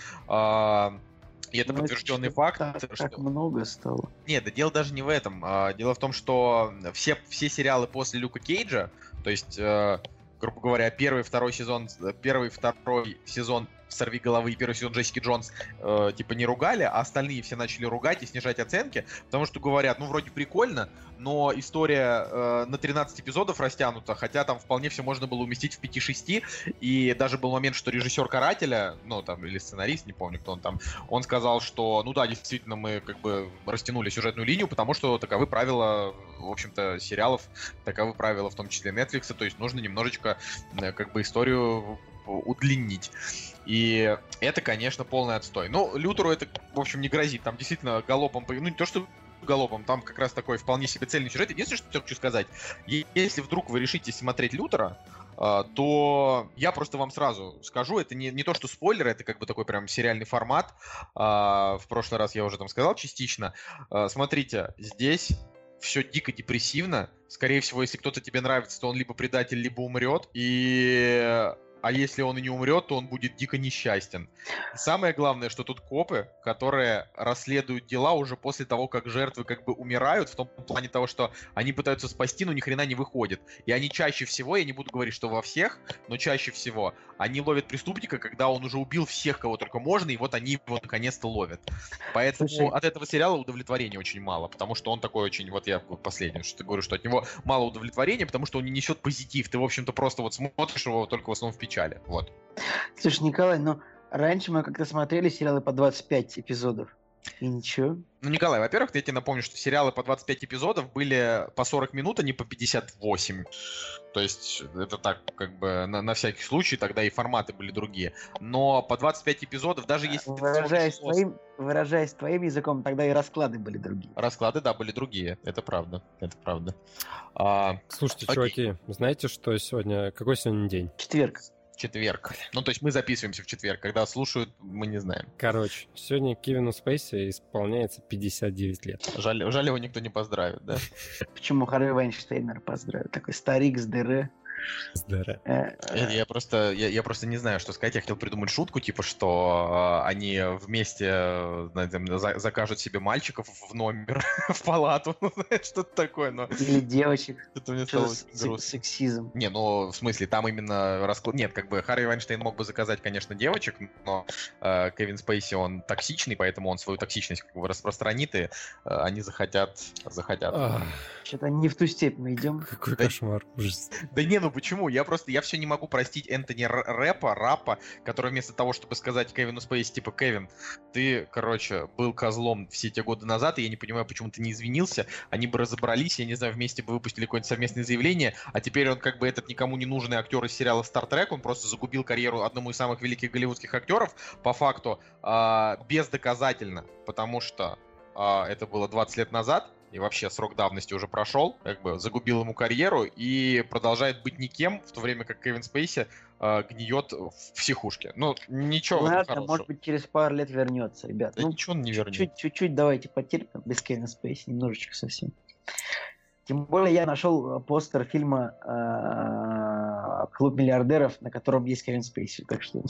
И это подтвержденный факт. Так много стало. Нет, да дело даже не в этом. Дело в том, что все сериалы после Люка Кейджа, то есть, грубо говоря, первый и второй сезон «Сорвиголовы» и первый сезон «Джессики Джонс» типа не ругали, а остальные все начали ругать и снижать оценки, потому что говорят, ну, вроде прикольно, но история на 13 эпизодов растянута, хотя там вполне все можно было уместить в 5-6, и даже был момент, что режиссер «Карателя», ну, там, или сценарист, не помню, кто он там, он сказал, что, ну да, действительно, мы как бы растянули сюжетную линию, потому что таковы правила, в общем-то, сериалов, таковы правила, в том числе Netflix, то есть нужно немножечко, как бы, историю удлинить. И это, конечно, полный отстой. Но Лютеру это, в общем, не грозит. Там действительно галопом... Ну, не то, что галопом, там как раз такой вполне себе цельный сюжет. Единственное, что я хочу сказать, если вдруг вы решите смотреть Лютера, то я просто вам сразу скажу, это не то, что спойлер, это как бы такой прям сериальный формат. В прошлый раз я уже там сказал частично. Смотрите, здесь все дико депрессивно. Скорее всего, если кто-то тебе нравится, то он либо предатель, либо умрет. А если он и не умрет, то он будет дико несчастен. И самое главное, что тут копы, которые расследуют дела уже после того, как жертвы как бы умирают, в том плане того, что они пытаются спасти, но ни хрена не выходит. И они чаще всего, я не буду говорить, что во всех, но чаще всего, они ловят преступника, когда он уже убил всех, кого только можно, и вот они его наконец-то ловят. Поэтому от этого сериала удовлетворения очень мало, потому что он такой очень, вот я последнее, что говорю, что от него мало удовлетворения, потому что он не несет позитив. Ты, в общем-то, просто вот смотришь его только в основном в печали. Вот. Слушай, Николай, ну раньше мы как-то смотрели сериалы по 25 эпизодов. И ничего. Ну, Николай, во-первых, я тебе напомню, что сериалы по 25 эпизодов были по 40 минут, а не по 58. То есть это так, как бы, на всякий случай, тогда и форматы были другие. Но по 25 эпизодов, даже если... Выражаясь твоим языком, тогда и расклады были другие. Расклады, да, были другие. Это правда. Это правда. Слушайте, чуваки, знаете, что сегодня... Какой сегодня день? Четверг. Ну, то есть мы записываемся в четверг. Когда слушают, мы не знаем. Короче, сегодня Кевину Спейси исполняется 59 лет. Жаль, его никто не поздравит, да? Почему Харви Вайнштейнер поздравит? Такой старик с дыры. Я просто не знаю, что сказать. Я хотел придумать шутку, типа, что они вместе закажут себе мальчиков в номер, в палату, что-то такое, но... Или девочек. Это мне стало грустно. Сексизм. Не, ну, в смысле, там именно расклад... Нет, как бы Харви Вайнштейн мог бы заказать, конечно, девочек, но Кевин Спейси, он токсичный, поэтому он свою токсичность как бы распространит, и они захотят. Что-то не в ту степь мы идем. Какой кошмар, ужас. Да не, ну почему? Я все не могу простить Энтони Раппа, который вместо того, чтобы сказать Кевину Спейси, типа, Кевин, ты, короче, был козлом все те годы назад, и я не понимаю, почему ты не извинился, они бы разобрались, я не знаю, вместе бы выпустили какое-нибудь совместное заявление, а теперь он как бы этот никому не нужный актер из сериала Star Trek, он просто загубил карьеру одному из самых великих голливудских актеров, по факту, бездоказательно, потому что это было 20 лет назад, и вообще срок давности уже прошел, как бы загубил ему карьеру и продолжает быть никем, в то время как Кевин Спейси гниет в психушке. Ну, ничего в этом Ладно, хорошего. может быть, через пару лет вернется, ребят. Да ничего он не вернет. Чуть-чуть давайте потерпим без Кевина Спейси, немножечко совсем. Тем более я нашел постер фильма «Клуб миллиардеров», на котором есть Кевин Спейси, так что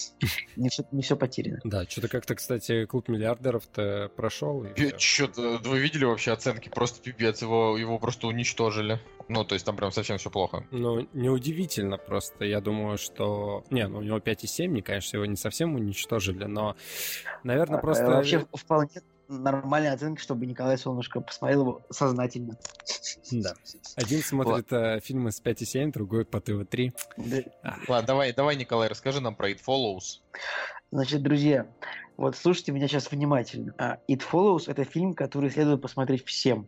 не все потеряно. Да, что-то как-то, кстати, «Клуб миллиардеров»-то прошел. Что-то вы видели вообще оценки? Просто пипец, его просто уничтожили. Ну, то есть там прям совсем все плохо. Ну, неудивительно просто. Я думаю, что... Не, ну у него 5,7, мне, конечно, его не совсем уничтожили, но, наверное, просто... Вообще вполне нормальная оценка, чтобы Николай Солнышко посмотрел его сознательно. Да. Один смотрит фильмы с 5,7, другой по ТВ-3. Ладно, давай, Николай, расскажи нам про It Follows. Значит, друзья, вот слушайте меня сейчас внимательно. It Follows — это фильм, который следует посмотреть всем.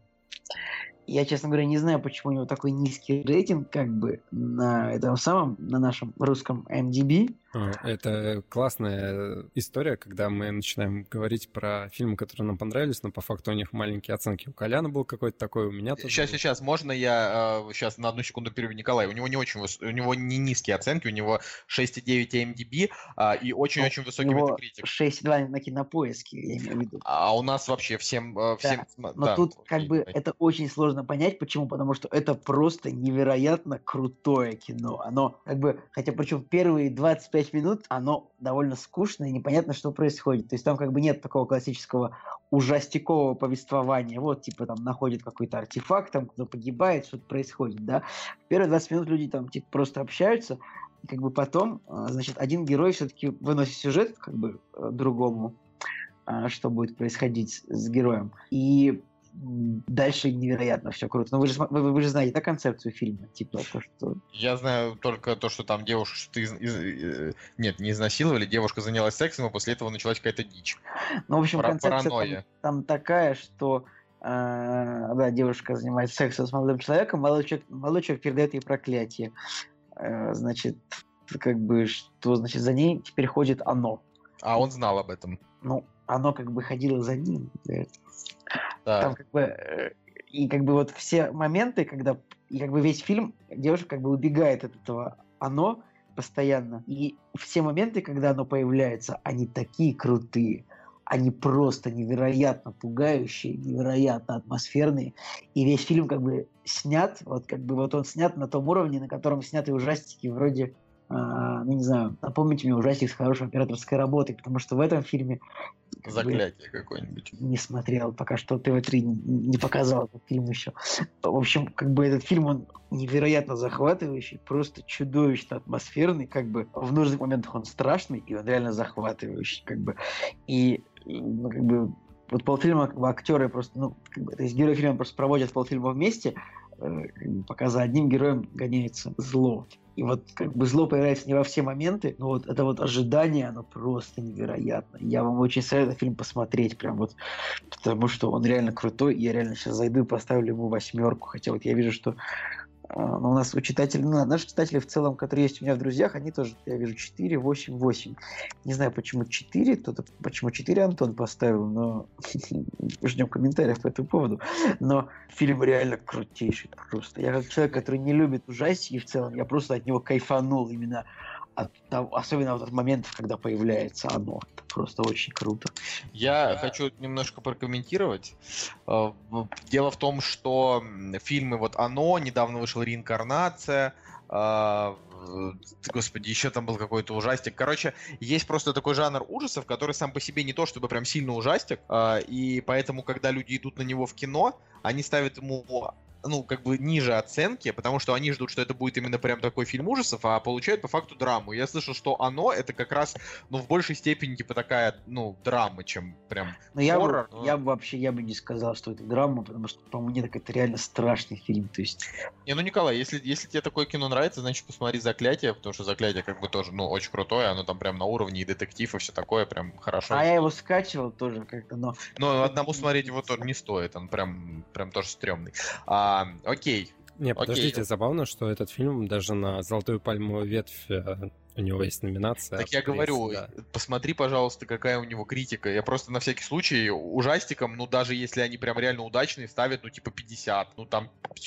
Я, честно говоря, не знаю, почему у него такой низкий рейтинг, как бы, на нашем русском IMDb. Это классная история, когда мы начинаем говорить про фильмы, которые нам понравились, но по факту у них маленькие оценки. У Коляна был какой-то такой, у меня тоже. Сейчас, можно я сейчас на одну секунду перерву Николай? У него у него не низкие оценки, у него 6,9 IMDb и очень-очень высокий Metacritic. 6,2 на Кинопоиске, я имею в виду. А у нас вообще всем... Но тут как бы это очень сложно понять. Почему? Потому что это просто невероятно крутое кино. Оно как бы, хотя причем первые 25 минут оно довольно скучно и непонятно, что происходит. То есть там как бы нет такого классического ужастикового повествования. Вот, типа, там находит какой-то артефакт, там кто-то погибает, что-то происходит, да. В первые 20 минут люди там, типа, просто общаются, и как бы потом, значит, один герой все-таки выносит сюжет, как бы, другому, что будет происходить с героем. И дальше невероятно все круто. Но вы же знаете, да, концепцию фильма? Типа то, что... Я знаю только то, что там девушка Нет, не изнасиловали, девушка занялась сексом, и после этого началась какая-то дичь. Ну, в общем, концепция там такая, что да, девушка занимается сексом с молодым человеком, молодой человек передает ей проклятие. Значит, как бы, что, значит, за ней теперь ходит оно. А он знал об этом. Ну, оно как бы ходило за ним. Да. Там как бы и как бы вот все моменты, когда и как бы весь фильм девушка как бы убегает от этого оно постоянно, и все моменты, когда оно появляется, они такие крутые, они просто невероятно пугающие, невероятно атмосферные, и весь фильм как бы снят, вот как бы вот он снят на том уровне, на котором сняты ужастики вроде ну, не знаю, напомните мне ужастик с хорошей операторской работой, потому что в этом фильме... Заклятие какое-нибудь. Не смотрел, пока что ТВ-3 не показал этот фильм еще. В общем, как бы этот фильм, он невероятно захватывающий, просто чудовищно атмосферный, как бы в нужных моментах он страшный, и он реально захватывающий, как бы. И, ну, как бы, вот полфильма, как бы, актеры просто, ну, как бы, то есть герои фильма просто проводят полфильма вместе, пока за одним героем гоняется зло. И вот как бы зло появляется не во все моменты, но вот это вот ожидание, оно просто невероятно. Я вам очень советую этот фильм посмотреть, прям вот, потому что он реально крутой, и я реально сейчас зайду и поставлю ему 8, хотя вот я вижу, что у нас у читателей, ну, наши читатели в целом, которые есть у меня в друзьях, они тоже, я вижу, 4, 8, 8. Не знаю, почему 4, почему 4 Антон поставил, но ждем комментариев по этому поводу. Но фильм реально крутейший просто. Я как человек, который не любит ужастики в целом, я просто от него кайфанул именно особенно вот от моментов, когда появляется оно. Это просто очень круто. Я хочу немножко прокомментировать. Дело в том, что фильмы вот «Оно», недавно вышла «Реинкарнация», господи, еще там был какой-то ужастик. Короче, есть просто такой жанр ужасов, который сам по себе не то чтобы прям сильно ужастик, и поэтому, когда люди идут на него в кино, они ставят ему, ну, как бы ниже оценки, потому что они ждут, что это будет именно прям такой фильм ужасов, а получают по факту драму. Я слышал, что «Оно» — это как раз, ну, в большей степени, типа, такая, ну, драма, чем прям хоррор. Я бы не сказал, что это драма, потому что, по мне, так это реально страшный фильм, то есть... Не, ну, Николай, если тебе такое кино нравится, значит, посмотри «Заклятие», потому что «Заклятие» как бы тоже, ну, очень крутое, оно там прям на уровне и детектив, и все такое, прям хорошо. А я его скачивал тоже как-то, но... Но одному смотреть его тоже не стоит, он прям тоже стрёмный. Окей. Не, подождите, забавно, что этот фильм даже на «Золотую пальмовую ветвь» у него есть номинация. Так я говорю, да. Посмотри, пожалуйста, какая у него критика. Я просто на всякий случай ужастикам, ну даже если они прям реально удачные, ставят, ну типа 50, ну там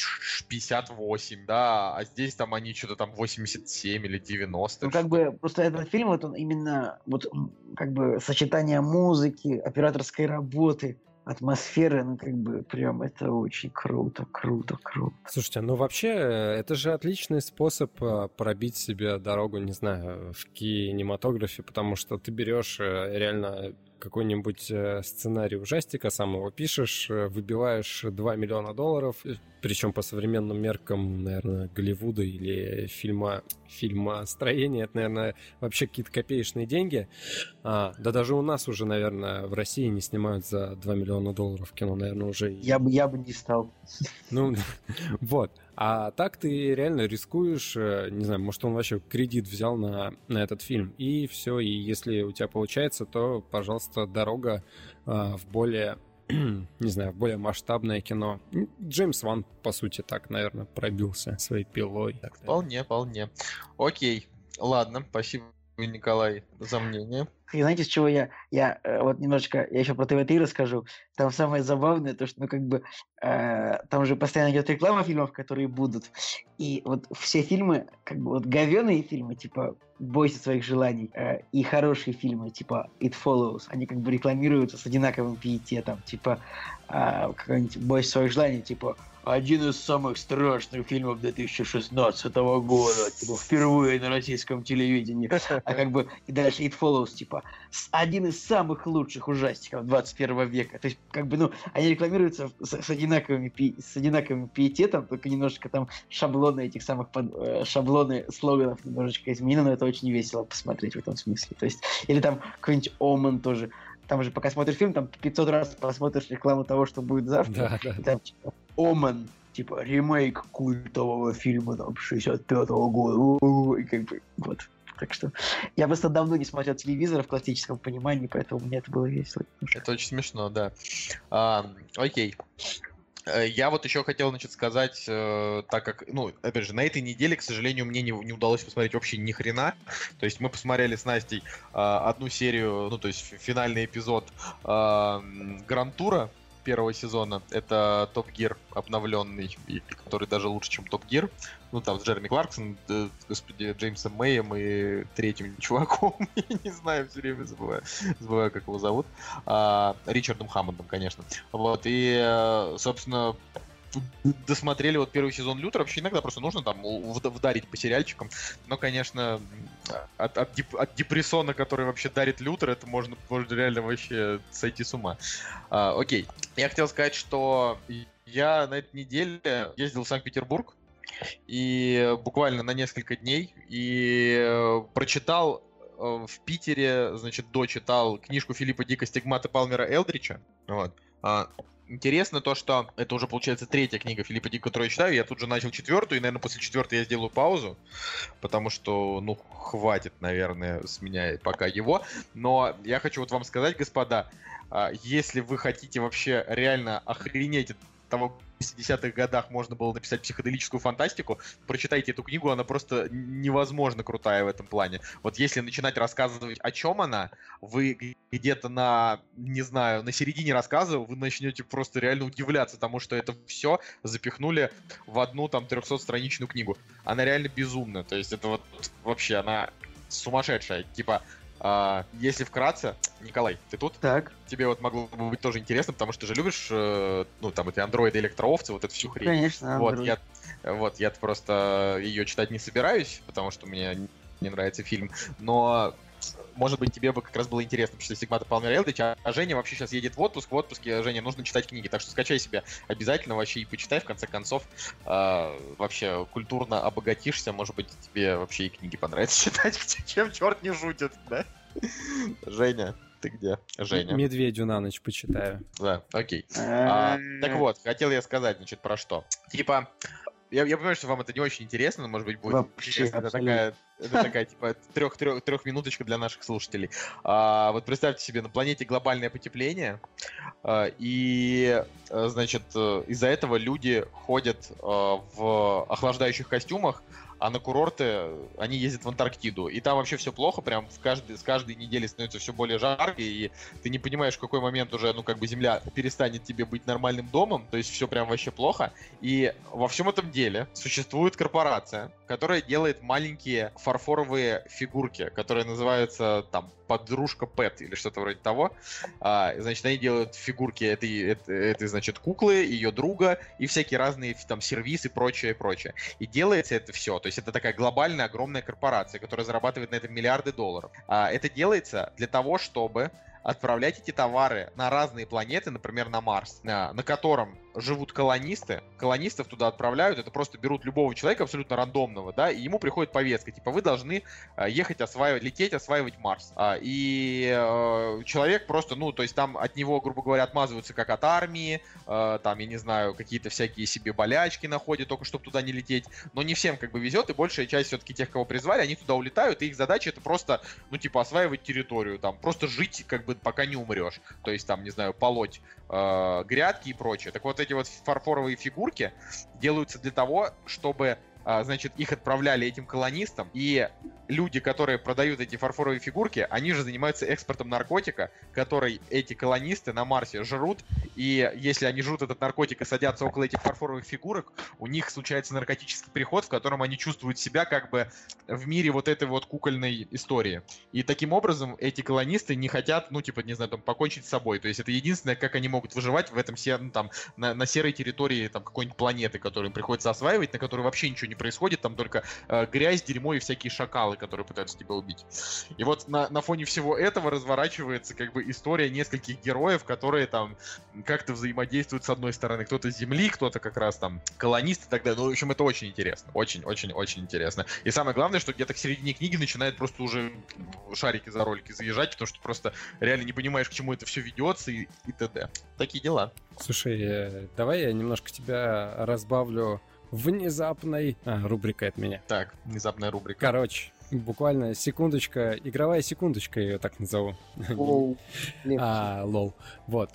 58, да, а здесь там они что-то там 87 или 90. Ну как бы просто этот фильм, вот он именно вот как бы сочетание музыки, операторской работы, атмосферы, ну, как бы, прям это очень круто. Слушайте, ну, вообще, это же отличный способ пробить себе дорогу, не знаю, в кинематографе, потому что ты берешь реально какой-нибудь сценарий ужастика, сам его пишешь, выбиваешь $2 миллиона, причем по современным меркам, наверное, Голливуда или фильмостроения, это, наверное, вообще какие-то копеечные деньги. Да даже у нас уже, наверное, в России не снимают за $2 миллиона кино, наверное, уже... Я бы не стал. Ну, вот. А так ты реально рискуешь, не знаю, может, он вообще кредит взял на этот фильм, и все, и если у тебя получается, то, пожалуйста, дорога в более, не знаю, в более масштабное кино. Джеймс Ван, по сути, так, наверное, пробился своей пилой. Вполне. Окей, ладно, спасибо, Николай, за мнение. И знаете, с чего я вот немножечко, я еще про ТВ-3 расскажу. Там самое забавное, то, что, ну, как бы, там же постоянно идет реклама фильмов, которые будут. И вот все фильмы, как бы, вот говёные фильмы, типа «Бойся своих желаний», и хорошие фильмы, типа «It Follows», они как бы рекламируются с одинаковым пиететом. Типа какой-нибудь «Бойся своих желаний», типа один из самых страшных фильмов 2016 года, типа, впервые на российском телевидении. А как бы, и дальше It Follows, типа, один из самых лучших ужастиков 21 века. То есть, как бы, ну, они рекламируются с одинаковым пиететом, только немножечко там шаблоны этих самых, шаблоны слоганов немножечко изменены, но это очень весело посмотреть в этом смысле. То есть, или там какой-нибудь Omen тоже. Там же, пока смотришь фильм, там 500 раз посмотришь рекламу того, что будет завтра. Да. И там, типа, Omen, типа, ремейк культового фильма, там, 65-го года. И как бы, вот. Так что я просто давно не смотрел телевизор в классическом понимании, поэтому мне это было весело. Это очень смешно, да. Окей. Я вот еще хотел, значит, сказать, так как, ну, опять же, на этой неделе, к сожалению, мне не удалось посмотреть вообще ни хрена. То есть мы посмотрели с Настей одну серию, ну, то есть финальный эпизод Гранд-тура первого сезона. Это Топ Гир обновленный, который даже лучше, чем Топ Гир. Ну, там с Джереми Кларксон, господи, Джеймсом Мэем и третьим чуваком. Я не знаю, все время забываю, как его зовут. Ричардом Хаммондом, конечно. Вот, и, собственно, досмотрели вот первый сезон Лютера. Вообще иногда просто нужно там вдарить по сериальчикам. Но, конечно, от депрессона, который вообще дарит Лютер, это можно реально вообще сойти с ума. Окей. Я хотел сказать, что я на этой неделе ездил в Санкт-Петербург и буквально на несколько дней и прочитал в Питере, значит, дочитал книжку Филиппа Дика «Стигматы» Палмера Элдрича. Вот. Интересно то, что это уже, получается, третья книга Филиппа Дика, которую я читаю. Я тут же начал четвертую, и, наверное, после четвертой я сделаю паузу, потому что, ну, хватит, наверное, с меня пока его. Но я хочу вот вам сказать, господа, если вы хотите вообще реально охренеть от того, в 50-х годах можно было написать психоделическую фантастику, прочитайте эту книгу, она просто невозможно крутая в этом плане. Вот если начинать рассказывать, о чем она, вы где-то на, не знаю, на середине рассказа вы начнете просто реально удивляться тому, что это все запихнули в одну там 300-страничную книгу. Она реально безумная, то есть это вот вообще она сумасшедшая, типа. Если вкратце, Николай, ты тут? Так. Тебе вот могло бы быть тоже интересно, потому что ты же любишь, ну, там, эти андроиды, электроовцы, вот эту всю хрень. Конечно, Android. Вот, я просто ее читать не собираюсь, потому что мне не нравится фильм, но, может быть, тебе бы как раз было интересно почитать «Стигматы» Палмера Элдрича, а Женя вообще сейчас едет в отпуск, в отпуске Жене нужно читать книги, так что скачай себе обязательно вообще и почитай, в конце концов, вообще культурно обогатишься, может быть, тебе вообще и книги понравится читать, чем черт не шутит, да? Женя, ты где? Женя. «Медведю на ночь» почитаю. Да, окей. Так вот, хотел я сказать, значит, про что. Типа, я понимаю, что вам это не очень интересно, но, может быть, будет вообще, интересно. Это такая Это такая, типа, трехминуточка для наших слушателей. Вот представьте себе, на планете глобальное потепление, и, значит, из-за этого люди ходят в охлаждающих костюмах, а на курорты они ездят в Антарктиду. И там вообще все плохо, прям с каждой недели становится все более жарко, и ты не понимаешь, в какой момент уже, ну, как бы Земля перестанет тебе быть нормальным домом, то есть все прям вообще плохо. И во всем этом деле существует корпорация, которая делает маленькие фарфоровые фигурки, которые называются там подружка Пэт или что-то вроде того. Значит, они делают фигурки этой, значит, куклы, ее друга и всякие разные там сервисы и прочее, прочее. И делается это все. То есть это такая глобальная, огромная корпорация, которая зарабатывает на этом миллиарды долларов. Это делается для того, чтобы отправлять эти товары на разные планеты, например, на Марс, на котором живут колонисты. Колонистов туда отправляют, это просто берут любого человека абсолютно рандомного, да, и ему приходит повестка, типа, вы должны ехать лететь, осваивать Марс. И человек просто, ну, то есть там от него, грубо говоря, отмазываются как от армии, там, я не знаю, какие-то всякие себе болячки находят, только чтобы туда не лететь, но не всем как бы везет, и большая часть все-таки тех, кого призвали, они туда улетают, и их задача это просто, ну, типа, осваивать территорию, там, просто жить, как бы, пока не умрешь, то есть, там, не знаю, полоть грядки и прочее. Так вот, эти вот фарфоровые фигурки делаются для того, чтобы, значит, их отправляли этим колонистам, и люди, которые продают эти фарфоровые фигурки, они же занимаются экспортом наркотика, который эти колонисты на Марсе жрут, и если они жрут этот наркотик и садятся около этих фарфоровых фигурок, у них случается наркотический переход, в котором они чувствуют себя как бы в мире вот этой вот кукольной истории. И таким образом эти колонисты не хотят, ну, типа, не знаю, там, покончить с собой. То есть это единственное, как они могут выживать в этом, ну, там, на серой территории там какой-нибудь планеты, которую им приходится осваивать, на которой вообще ничего не происходит, там только грязь, дерьмо и всякие шакалы, которые пытаются тебя убить. И вот на фоне всего этого разворачивается как бы история нескольких героев, которые там как-то взаимодействуют с одной стороны. Кто-то с Земли, кто-то как раз там колонист и так далее. Ну, в общем, это очень интересно. Очень-очень-очень интересно. И самое главное, что где-то к середине книги начинает просто уже шарики за ролики заезжать, потому что просто реально не понимаешь, к чему это все ведется и т.д. Такие дела. Слушай, давай я немножко тебя разбавлю внезапной рубрикой от меня. Так, внезапная рубрика. Короче, буквально секундочка, игровая секундочка, я ее так назову. Лол. Лол. Вот.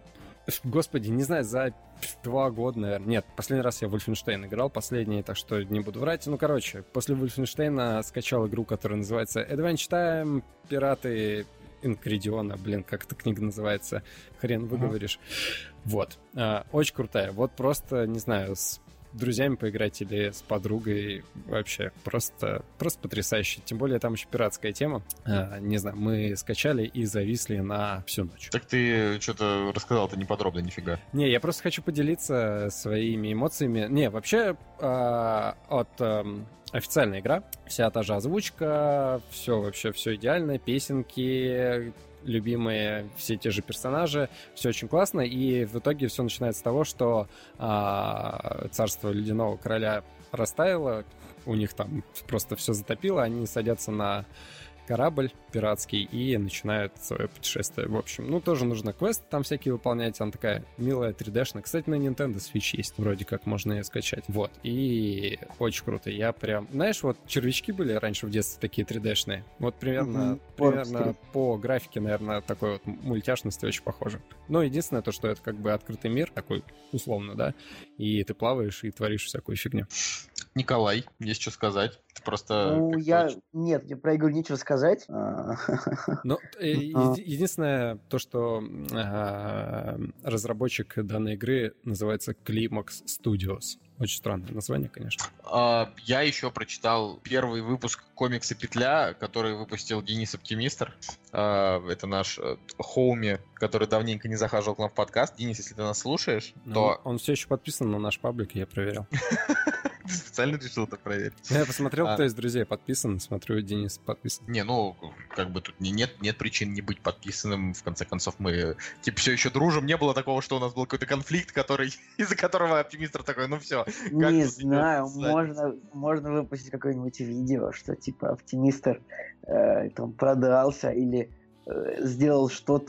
Господи, не знаю, за 2 года, наверное. Нет, последний раз я в Wolfenstein играл, последний, так что не буду врать. Ну, короче, после Wolfenstein скачал игру, которая называется Adventure Time, Пираты Инкридиона, блин, как эта книга называется, хрен выговоришь. Вот. Очень крутая. Вот просто, не знаю, с друзьями поиграть или с подругой, вообще просто потрясающе. Тем более там еще пиратская тема. Не знаю, мы скачали и зависли на всю ночь. Так ты что-то рассказал-то неподробно, нифига. Не, я просто хочу поделиться своими эмоциями. Не, вообще официальная игра, вся та же озвучка, все вообще, все идеально, песенки любимые, все те же персонажи, все очень классно, и в итоге все начинается с того, что царство Ледяного Короля растаяло, у них там просто все затопило, они садятся на корабль пиратский и начинают свое путешествие. В общем, ну, тоже нужно квесты там всякие выполнять. Она такая милая 3D-шная. Кстати, на Nintendo Switch есть. Вроде как можно ее скачать. Вот. И очень круто. Я прям... Знаешь, вот червячки были раньше в детстве такие 3D-шные. Вот примерно по графике, наверное, такой вот мультяшности очень похоже. Но единственное то, что это как бы открытый мир, такой условно, да, и ты плаваешь и творишь всякую фигню. Николай, есть что сказать? Ты просто... Ну, Нет, мне про игру нечего сказать. Ну, единственное, то, что разработчик данной игры называется Climax Studios. Очень странное название, конечно. Я еще прочитал первый выпуск комикса «Петля», который выпустил Денис Оптимистр. Это наш хоуми, который давненько не захаживал к нам в подкаст. Денис, если ты нас слушаешь, то... Он все еще подписан на наш паблик, я проверил. Ты специально решил это проверить? Я посмотрел, кто из друзей подписан, смотрю, Денис подписан. Не, ну, как бы тут нет причин не быть подписанным. В конце концов, мы, типа, все еще дружим. Не было такого, что у нас был какой-то конфликт, из-за которого Оптимистр такой, ну все. Не знаю, можно выпустить какое-нибудь видео, что, типа, Оптимистр там продался или сделал что-то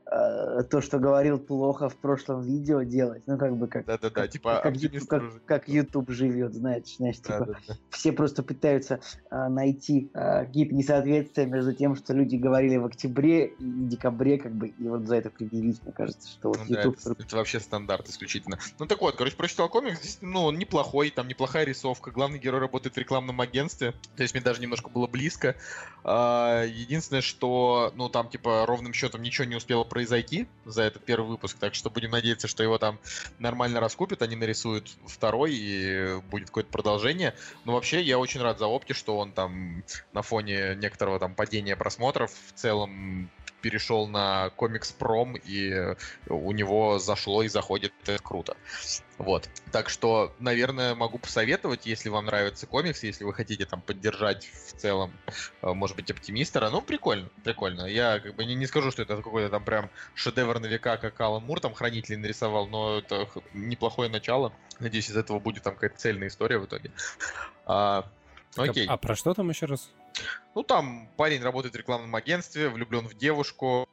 то, что говорил плохо в прошлом видео, делать. Ну, как бы как... Да-да-да, типа как YouTube живет, знаешь, типа Да-да-да. все просто пытаются найти какие-то несоответствия между тем, что люди говорили в октябре и декабре, как бы, и вот за это предъявить, мне кажется, что вот Ну да, YouTube... это вообще стандарт исключительно. Ну так вот, короче, прочитал комикс, здесь, ну, он неплохой, там неплохая рисовка, главный герой работает в рекламном агентстве, то есть мне даже немножко было близко. Единственное, что, ну, там, типа, ровным счетом ничего не успело произойти за этот первый выпуск, так что будем надеяться, что его там нормально раскупят, они нарисуют второй, и будет какое-то продолжение. Но вообще я очень рад за Опти, что он там на фоне некоторого там падения просмотров в целом перешел на комикс-пром, и у него зашло и заходит, это круто. Вот. Так что, наверное, могу посоветовать, если вам нравится комикс, если вы хотите там поддержать в целом, может быть, Оптимистера. Ну, прикольно, прикольно. Я как бы не скажу, что это какой-то там прям шедевр на века, как Алан Мур там Хранителей нарисовал, но это неплохое начало. Надеюсь, из этого будет там какая-то цельная история в итоге. Окей. А про что там еще раз? Ну, там парень работает в рекламном агентстве, влюблен в девушку,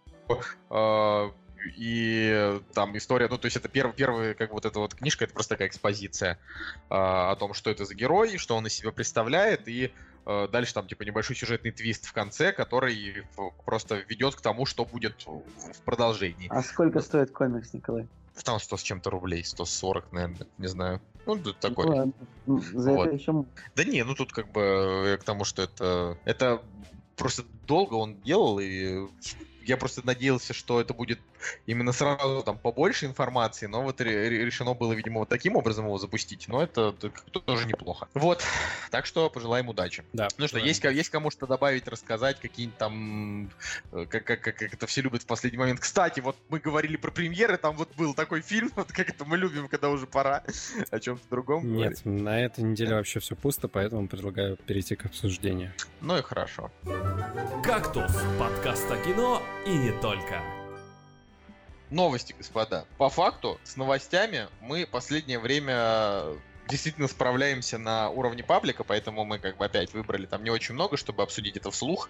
и там история, ну, то есть это первая, как вот эта вот книжка, это просто такая экспозиция о том, что это за герой, что он из себя представляет, и дальше там, типа, небольшой сюжетный твист в конце, который просто ведет к тому, что будет в продолжении. А сколько стоит комикс, Николай? Там 100 с чем-то рублей, 140, наверное, не знаю. Ну, такой. Ладно. За Вот. это еще... Да не, ну тут как бы к тому, что это просто долго он делал, и я просто надеялся, что это будет именно сразу там побольше информации, но вот решено было, видимо, вот таким образом его запустить, но это тоже неплохо. Вот, так что пожелаем удачи. Да. Ну что, есть кому что добавить, рассказать, какие-нибудь там, как это все любят в последний момент. Кстати, вот мы говорили про премьеры, там вот был такой фильм, вот как это мы любим, когда уже пора о чем-то другом Нет, говорить. на этой неделе вообще все пусто, поэтому предлагаю перейти к обсуждению. Ну и хорошо. «Кактус» — подкаст о кино и не только. Новости, господа. По факту, с новостями мы последнее время действительно справляемся на уровне паблика, поэтому мы как бы опять выбрали там не очень много, чтобы обсудить это вслух.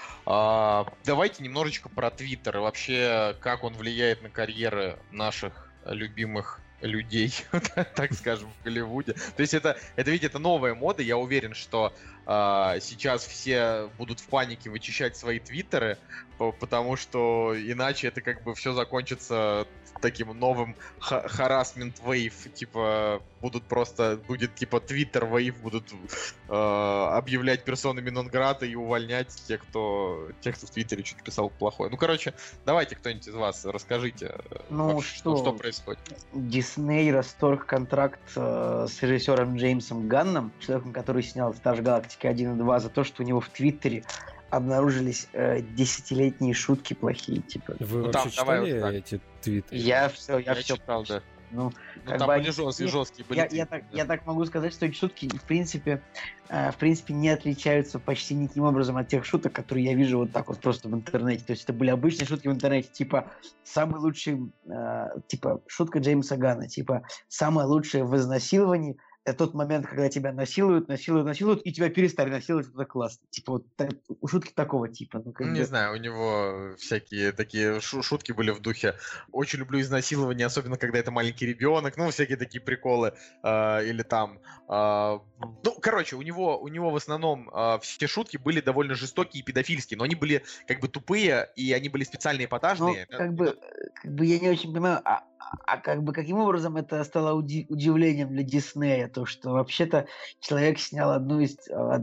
Давайте немножечко про Твиттер и вообще, как он влияет на карьеры наших любимых людей, так скажем, в Голливуде. То есть это видите, это новая мода. Я уверен, что сейчас все будут в панике вычищать свои твиттеры, потому что иначе это как бы все закончится таким новым harassment wave, типа будет типа Twitter wave, будут объявлять персонами нон-грата и увольнять тех, кто в Твиттере что-то писал плохое. Ну, короче, давайте кто-нибудь из вас расскажите, что происходит. Дисней расторг контракт с режиссером Джеймсом Ганном, человеком, который снял «Страж Галактики 1 и 2», за то, что у него в Твиттере обнаружились десятилетние шутки плохие, типа. Вы Ну, вообще там, давай читали вот так. эти твиты? Я все читал, да. Ну, Ну, там были жесткие были. Я так могу сказать, что эти шутки, в принципе, не отличаются почти никаким образом от тех шуток, которые я вижу вот так вот просто в интернете. То есть это были обычные шутки в интернете, типа самый лучший, типа шутка Джеймса Ганна, типа самое лучшее в изнасиловании — это тот момент, когда тебя насилуют, и тебя перестали насиловать, это классно. Типа вот шутки такого типа. Ну, Не знаю, у него всякие такие шутки были в духе. Очень люблю изнасилование, особенно когда это маленький ребенок. Ну, всякие такие приколы. Или там... Ну, короче, у него в основном все шутки были довольно жестокие и педофильские, но они были как бы тупые, и они были специально эпатажные. Ну, как бы я не очень понимаю, как бы каким образом это стало удивлением для Диснея, то что вообще-то человек снял одну из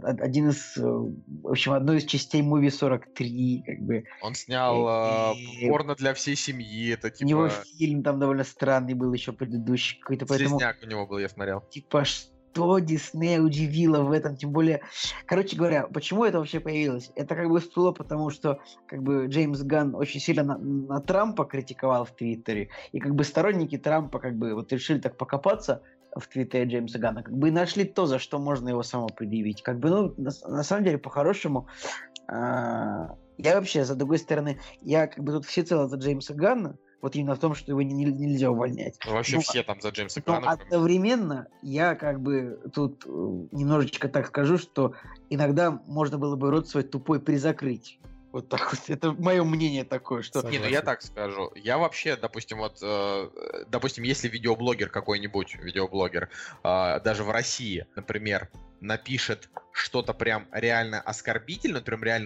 частей Movie 43, как бы. Он снял порно для всей семьи, это типа... У него фильм там довольно странный был еще предыдущий какой-то, поэтому... Слизняк у него был, я смотрел. Типа, что Диснея удивило в этом, тем более... Короче говоря, почему это вообще появилось? Это как бы всплыло, потому что как бы Джеймс Ганн очень сильно на Трампа критиковал в Твиттере, и как бы сторонники Трампа как бы вот решили так покопаться в Твиттере Джеймса Ганна, как бы и нашли то, за что можно его самого предъявить. Как бы, ну, на самом деле, по-хорошему, я вообще, с другой стороны, я как бы тут всецело за Джеймса Ганна, вот именно в том, что его нельзя увольнять. Вообще все там за Джеймса Ганна. Одновременно я как бы тут немножечко так скажу, что иногда можно было бы рот свой тупой призакрыть. Вот так вот. Это мое мнение такое, что... Не, ну я так скажу. Я вообще, допустим, если видеоблогер какой-нибудь, даже в России, например, напишет что-то прям реально оскорбительное,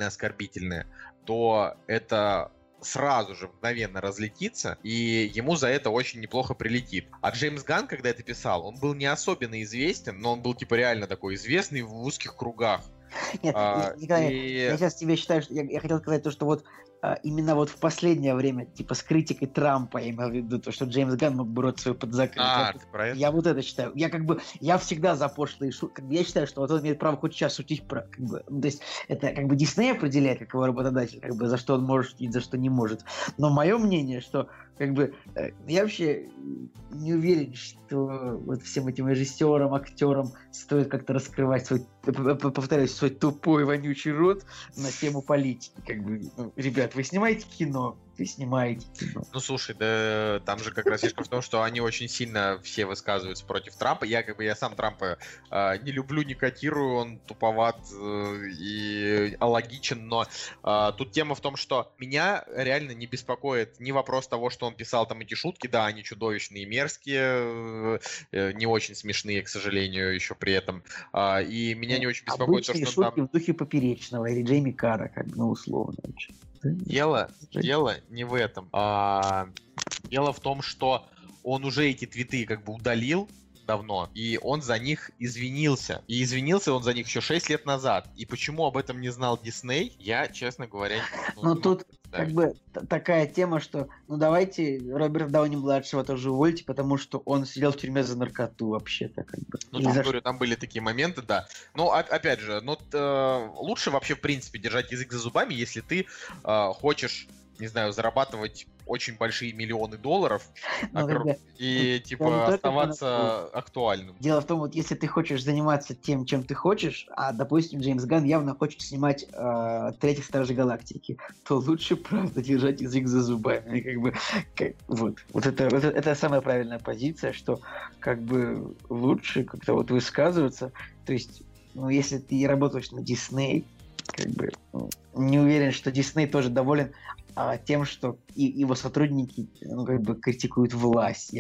то это сразу же мгновенно разлетится, и ему за это очень неплохо прилетит. А Джеймс Ганн, когда это писал, он был не особенно известен, но он был типа реально такой известный в узких кругах. Нет, Николай, я сейчас тебе считаю, что я хотел сказать то, что вот именно вот в последнее время, типа с критикой Трампа, я имел в виду то, что Джеймс Ганн мог бы рот свой подзакрыть. Ты про это? Я вот это считаю. Я всегда за пошлые шутки. Я считаю, что вот он имеет право хоть сейчас шутить про... то есть это как бы Дисней определяет, как его работодатель, как бы за что он может шутить, за что не может. Но мое мнение, что как бы я вообще не уверен, что вот всем этим режиссерам, актерам стоит как-то раскрывать свой, повторяюсь, свой тупой, вонючий рот на тему политики. Как бы, ребят, вы снимаете кино, вы снимаете кино. Ну, слушай, да там же как раз фишка в том, что они очень сильно все высказываются против Трампа. Я сам Трампа не люблю, не котирую, он туповат и алогичен, но тут тема в том, что меня реально не беспокоит ни вопрос того, что он писал там эти шутки, да, они чудовищные, мерзкие, не очень смешные, к сожалению, еще при этом. И меня не очень беспокоит то, что шутки там... в духе Поперечного или Джейми Карра, как бы, условно. Дело не в этом. Дело в том, что он уже эти твиты как бы удалил давно, и он за них извинился. И извинился он за них еще 6 лет назад. И почему об этом не знал Дисней, я, честно говоря, не могу тут как бы такая тема, что давайте Роберта Дауни-младшего тоже увольте, потому что он сидел в тюрьме за наркоту вообще-то. Как бы. Там были такие моменты, да. Но опять же, лучше вообще в принципе держать язык за зубами, если ты хочешь, не знаю, зарабатывать очень большие миллионы долларов и типа оставаться актуальным. Дело в том, вот если ты хочешь заниматься тем, чем ты хочешь, а, допустим, Джеймс Ганн явно хочет снимать третьих Стражей Галактики, то лучше, правда, держать язык за зубами. Вот это самая правильная позиция, что как бы лучше как-то вот высказываться. То есть, если ты работаешь на Дисней, как бы не уверен, что Дисней тоже доволен тем, что его сотрудники как бы критикуют власть.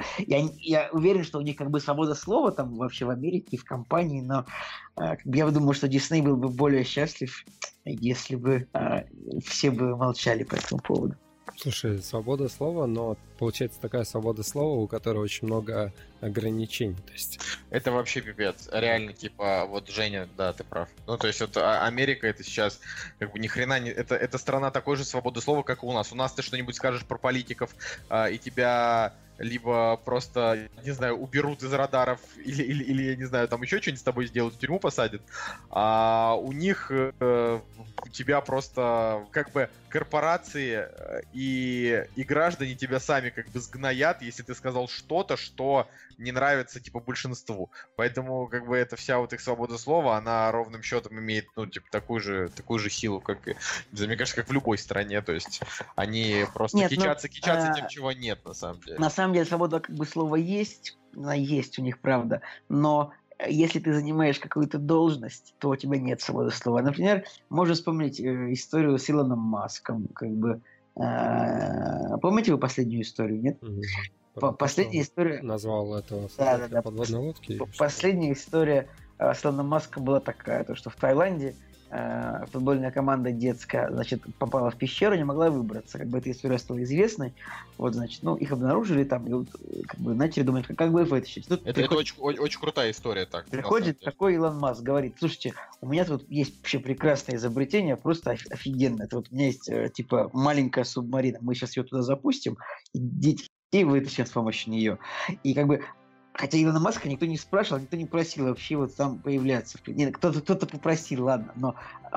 Я уверен, что у них как бы свобода слова там вообще в Америке и в компании, но я думаю, что Дисней был бы более счастлив, если бы все бы молчали по этому поводу. Слушай, свобода слова, но получается такая свобода слова, у которой очень много ограничений. То есть... Это вообще пипец. Реально, типа, вот Женя, да, ты прав. То есть вот Америка это сейчас как бы ни хрена не... Это страна такой же свободы слова, как и у нас. У нас ты что-нибудь скажешь про политиков, и тебя либо просто, не знаю, уберут из радаров, или я не знаю, там еще что-нибудь с тобой сделают, в тюрьму посадят. А у них тебя просто как бы корпорации и граждане тебя сами как бы сгноят, если ты сказал что-то, что не нравится типа большинству. Поэтому как бы эта вся вот их свобода слова, она ровным счетом имеет, такую же силу, как, мне кажется, как в любой стране. То есть они просто кичатся тем, чего нет на самом деле. На самом деле свобода как бы слова есть, она есть у них, правда, но если ты занимаешь какую-то должность, то у тебя нет свободы слова. Например, можно вспомнить историю с Илоном Маском. Как бы, помните вы последнюю историю, нет? Последняя история... Назвал этого подводной лодки. Последняя история с Илоном Маском была такая, то, что в Таиланде футбольная команда детская, значит, попала в пещеру, не могла выбраться. Как бы эта история стала известной. Вот, значит, их обнаружили там, и вот, как бы начали думать, как бы их вытащить. Это очень крутая история. Так. Приходит такой Илон Маск, говорит: слушайте, у меня тут есть вообще прекрасное изобретение, просто офигенное. Это вот у меня есть, типа, маленькая субмарина. Мы сейчас ее туда запустим, и детей вытащим с помощью нее. И как бы хотя Илона Маска никто не спрашивал, никто не просил вообще вот там появляться. Нет, кто-то попросил, ладно, но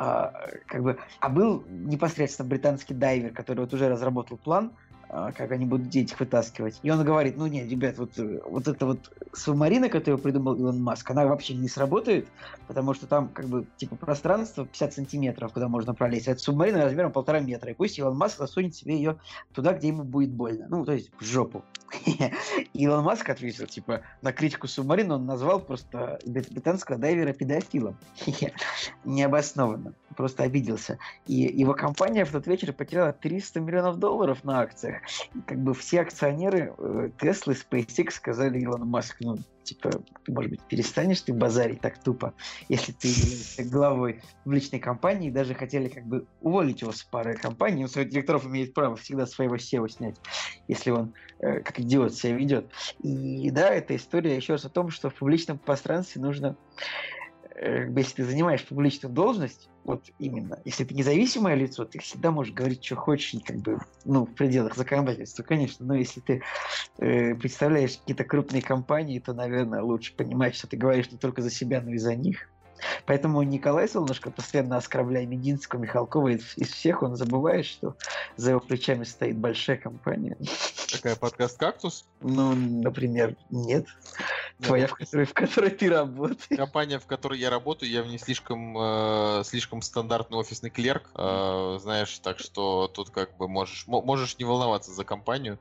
был непосредственно британский дайвер, который вот уже разработал план, как они будут детей вытаскивать. И он говорит: нет, ребят, вот эта вот субмарина, которую придумал Илон Маск, она вообще не сработает, потому что там как бы типа пространство 50 сантиметров, куда можно пролезть, а это субмарина размером 1,5 метра. И пусть Илон Маск засунет себе ее туда, где ему будет больно. То есть в жопу. И Илон Маск ответил, типа, на критику субмарины он назвал просто британского дайвера педофилом. Необоснованно. просто обиделся. И его компания в тот вечер потеряла $300 миллионов на акциях. И как бы все акционеры Tesla и SpaceX сказали Илону Маску, типа, может быть, перестанешь ты базарить так тупо, если ты являешься главой публичной компании, и даже хотели как бы уволить его с пары компаний. Совет директоров имеет право всегда своего SEO снять, если он как идиот себя ведет. И да, эта история еще раз о том, что в публичном пространстве нужно, если ты занимаешь публичную должность, вот именно, если ты независимое лицо, ты всегда можешь говорить, что хочешь, и как бы, в пределах законодательства, конечно, но если ты представляешь какие-то крупные компании, то, наверное, лучше понимать, что ты говоришь не только за себя, но и за них. Поэтому Николай Солнышко, постоянно оскорбляя Мединского, Михалкова, из всех он забывает, что за его плечами стоит большая компания. Такая подкаст «Кактус»? Например, нет. Твоя, в которой ты работаешь. Компания, в которой я работаю, я в ней слишком стандартный офисный клерк, знаешь, так что тут как бы можешь не волноваться за компанию.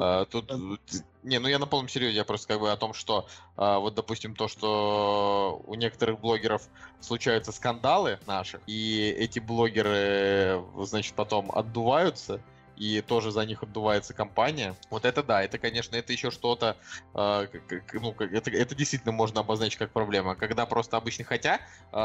Я на полном серьезе, я просто как бы о том, что вот, допустим, то, что у некоторых блогеров случаются скандалы наших, и эти блогеры, значит, потом отдуваются, и тоже за них отдувается компания. Вот это да, это, конечно, это еще что-то, это действительно можно обозначить как проблема. Когда просто обычно, хотя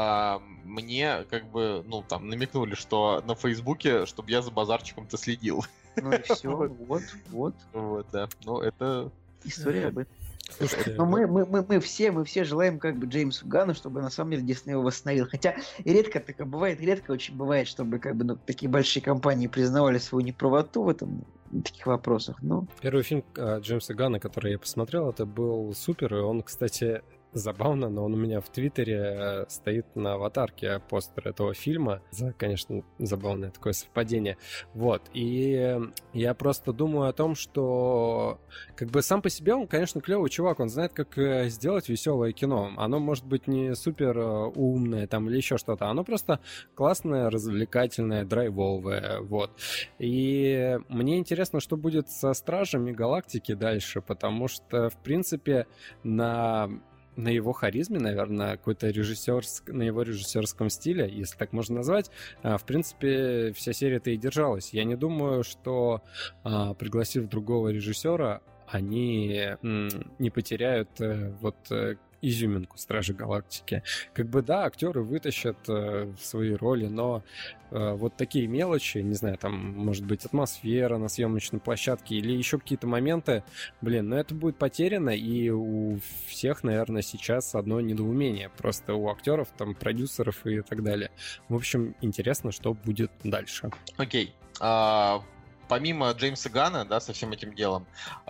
мне как бы, намекнули, что на Фейсбуке, чтобы я за базарчиком-то следил. Ну и все, вот. Вот, да. Это... История об этом. Слушайте, но мы все желаем как бы Джеймсу Ганну, чтобы на самом деле Дисней его восстановил. Хотя редко очень бывает, чтобы как бы такие большие компании признавали свою неправоту в таких вопросах. Первый фильм Джеймса Ганна, который я посмотрел, это был «Супер», и он, кстати, забавно, но он у меня в Твиттере стоит на аватарке постер этого фильма. Конечно, забавное такое совпадение. Вот. И я просто думаю о том, что как бы сам по себе он, конечно, клевый чувак. Он знает, как сделать веселое кино. Оно может быть не супер умное там или еще что-то. Оно просто классное, развлекательное, драйвовое. Вот. И мне интересно, что будет со Стражами Галактики дальше, потому что, в принципе, на его харизме, наверное, на его режиссерском стиле, если так можно назвать, в принципе, вся серия-то и держалась. Я не думаю, что, пригласив другого режиссера, они не потеряют изюминку Стражи Галактики. Как бы да, актеры вытащат свои роли, но вот такие мелочи, не знаю, там, может быть, атмосфера на съемочной площадке или еще какие-то моменты, это будет потеряно, и у всех, наверное, сейчас одно недоумение. Просто у актеров, там, продюсеров и так далее. В общем, интересно, что будет дальше. Окей. Помимо Джеймса Ганна, да, со всем этим делом,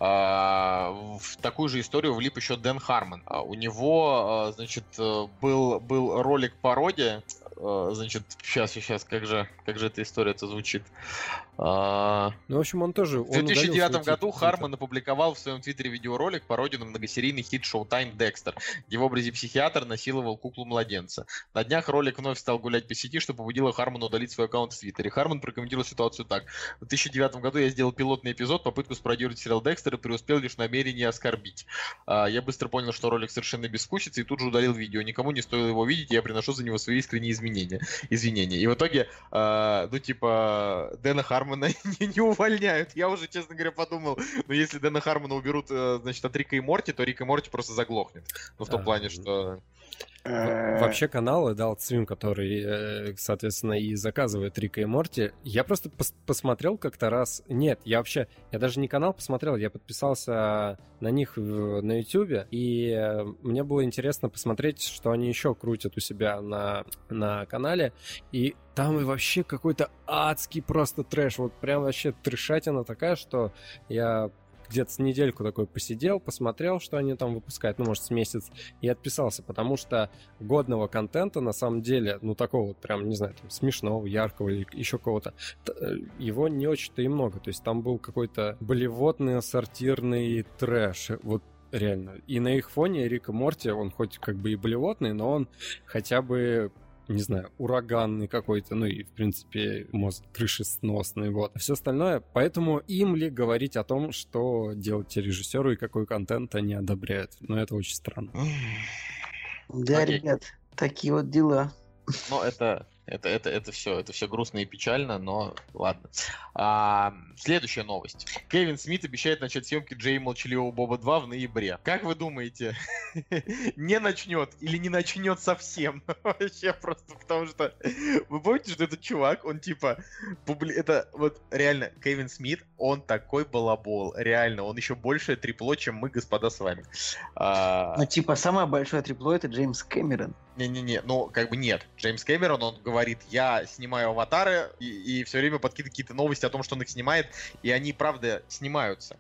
в такую же историю влип еще Дэн Хармон. У него, значит, был ролик-пародия. Значит, сейчас, как же эта история-то звучит? В общем, он тоже... В 2009 году Хармон опубликовал в своем твиттере видеоролик пародию на многосерийный хит Showtime «Декстер», где в образе психиатра насиловал куклу-младенца. На днях ролик вновь стал гулять по сети, что побудило Хармона удалить свой аккаунт в твиттере. Хармон прокомментировал ситуацию так. В 2009 году я сделал пилотный эпизод, попытку спародировать сериал «Декстер» и преуспел лишь в намерении оскорбить. Я быстро понял, что ролик совершенно безвкусица, и тут же удалил видео. Никому не стоило его видеть, и я приношу за него свои искренние извинения. И в итоге, Дэна Хармона не увольняют. Я уже, честно говоря, подумал, если Дэна Хармона уберут, значит, от Рика и Морти, то Рик и Морти просто заглохнет. В том плане, что... Вообще канал Adult Swim, который, соответственно, и заказывает Рика и Морти, я просто посмотрел как-то раз... Нет, я даже не канал посмотрел, я подписался на них на YouTube, и мне было интересно посмотреть, что они еще крутят у себя на канале, и там и вообще какой-то адский просто трэш, вот прям вообще трэшатина такая, что я... где-то с недельку такой посидел, посмотрел, что они там выпускают, может, с месяц, и отписался, потому что годного контента, на самом деле, такого вот прям, не знаю, там, смешного, яркого или еще кого-то, его не очень-то и много. То есть там был какой-то болливотный, сортирный трэш, вот реально. И на их фоне Рик и Морти, он хоть как бы и болливотный, но он хотя бы, не знаю, ураганный какой-то, и, в принципе, мозг крышесносный, вот. А все остальное, поэтому им ли говорить о том, что делать режиссеру и какой контент они одобряют? Это очень странно. Да, ребят, такие вот дела. Это Это все грустно и печально, но ладно. Следующая новость. Кевин Смит обещает начать съемки Джей и Молчаливого Боба 2 в ноябре. Как вы думаете, не начнет или не начнет совсем? Вообще просто потому что... Вы помните, что этот чувак, он типа... Это вот реально, Кевин Смит, он такой балабол. Реально, он еще больше трепло, чем мы, господа, с вами. Ну, типа, самое большое трепло — это Джеймс Кэмерон. Не-не-не, ну, как бы нет. Джеймс Кэмерон, он говорит, я снимаю «Аватары», и все время подкидывает какие-то новости о том, что он их снимает, и они, правда, снимаются.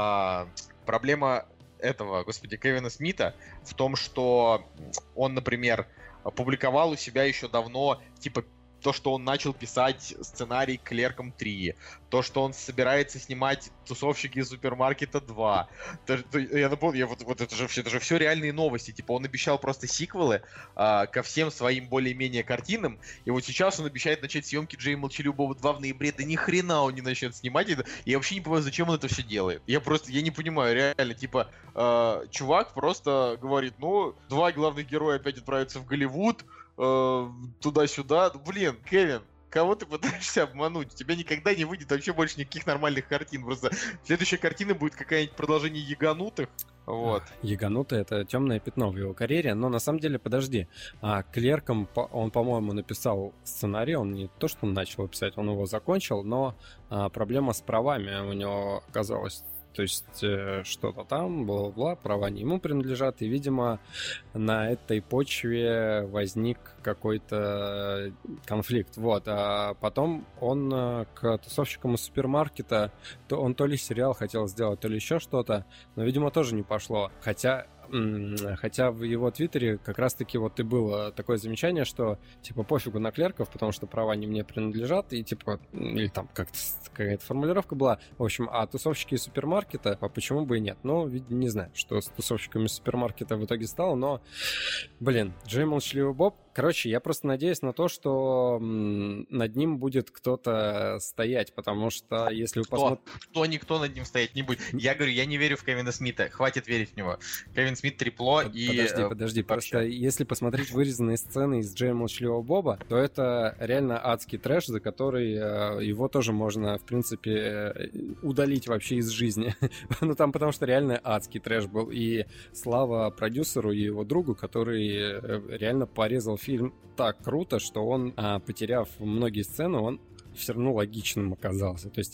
Проблема этого, господи, Кевина Смита в том, что он, например, публиковал у себя еще давно, типа, то, что он начал писать сценарий к «Клеркам 3», то, что он собирается снимать «Тусовщики из супермаркета 2». Я напомню, вот это же все реальные новости. Типа он обещал просто сиквелы ко всем своим более-менее картинам, и вот сейчас он обещает начать съемки Джей и Молчаливого 2 в ноябре. Да ни хрена он не начнет снимать это. Я вообще не понимаю, зачем он это все делает. Я не понимаю, реально, типа, чувак просто говорит, ну, 2 главных героя опять отправятся в Голливуд, туда-сюда. Блин, Кевин, кого ты пытаешься обмануть? У тебя никогда не выйдет вообще больше никаких нормальных картин. Просто следующая картина будет какая-нибудь продолжение «Яганутых». Вот. «Яганутый» — это темное пятно в его карьере, но на самом деле, подожди, «Клеркам» он, по-моему, написал сценарий, он не то, что он начал писать, он его закончил, но проблема с правами у него оказалась. То есть что-то там, бла-бла, права не ему принадлежат, и, видимо, на этой почве возник какой-то конфликт. Вот. А потом он к тусовщикам из супермаркета, он то ли сериал хотел сделать, то ли еще что-то, но, видимо, тоже не пошло. Хотя в его твиттере как раз-таки вот и было такое замечание, что типа пофигу на клерков, потому что права не мне принадлежат, и типа, или там как-то какая-то формулировка была. В общем, а тусовщики из супермаркета, а почему бы и нет? Ну, не знаю, что с тусовщиками из супермаркета в итоге стало, но, блин, Джей Молчаливый Боб. Короче, я просто надеюсь на то, что над ним будет кто-то стоять, потому что если вы посмотрите... Никто над ним стоять не будет. Я говорю, я не верю в Кевина Смита. Хватит верить в него. Кевин Смит трепло и... Подожди. Просто если посмотреть вырезанные сцены из Джея Молчаливого Боба, то это реально адский трэш, за который его тоже можно, в принципе, удалить вообще из жизни. Ну там потому что реально адский трэш был. И слава продюсеру и его другу, который реально порезал фильм так круто, что он, потеряв многие сцены, он все равно логичным оказался. То есть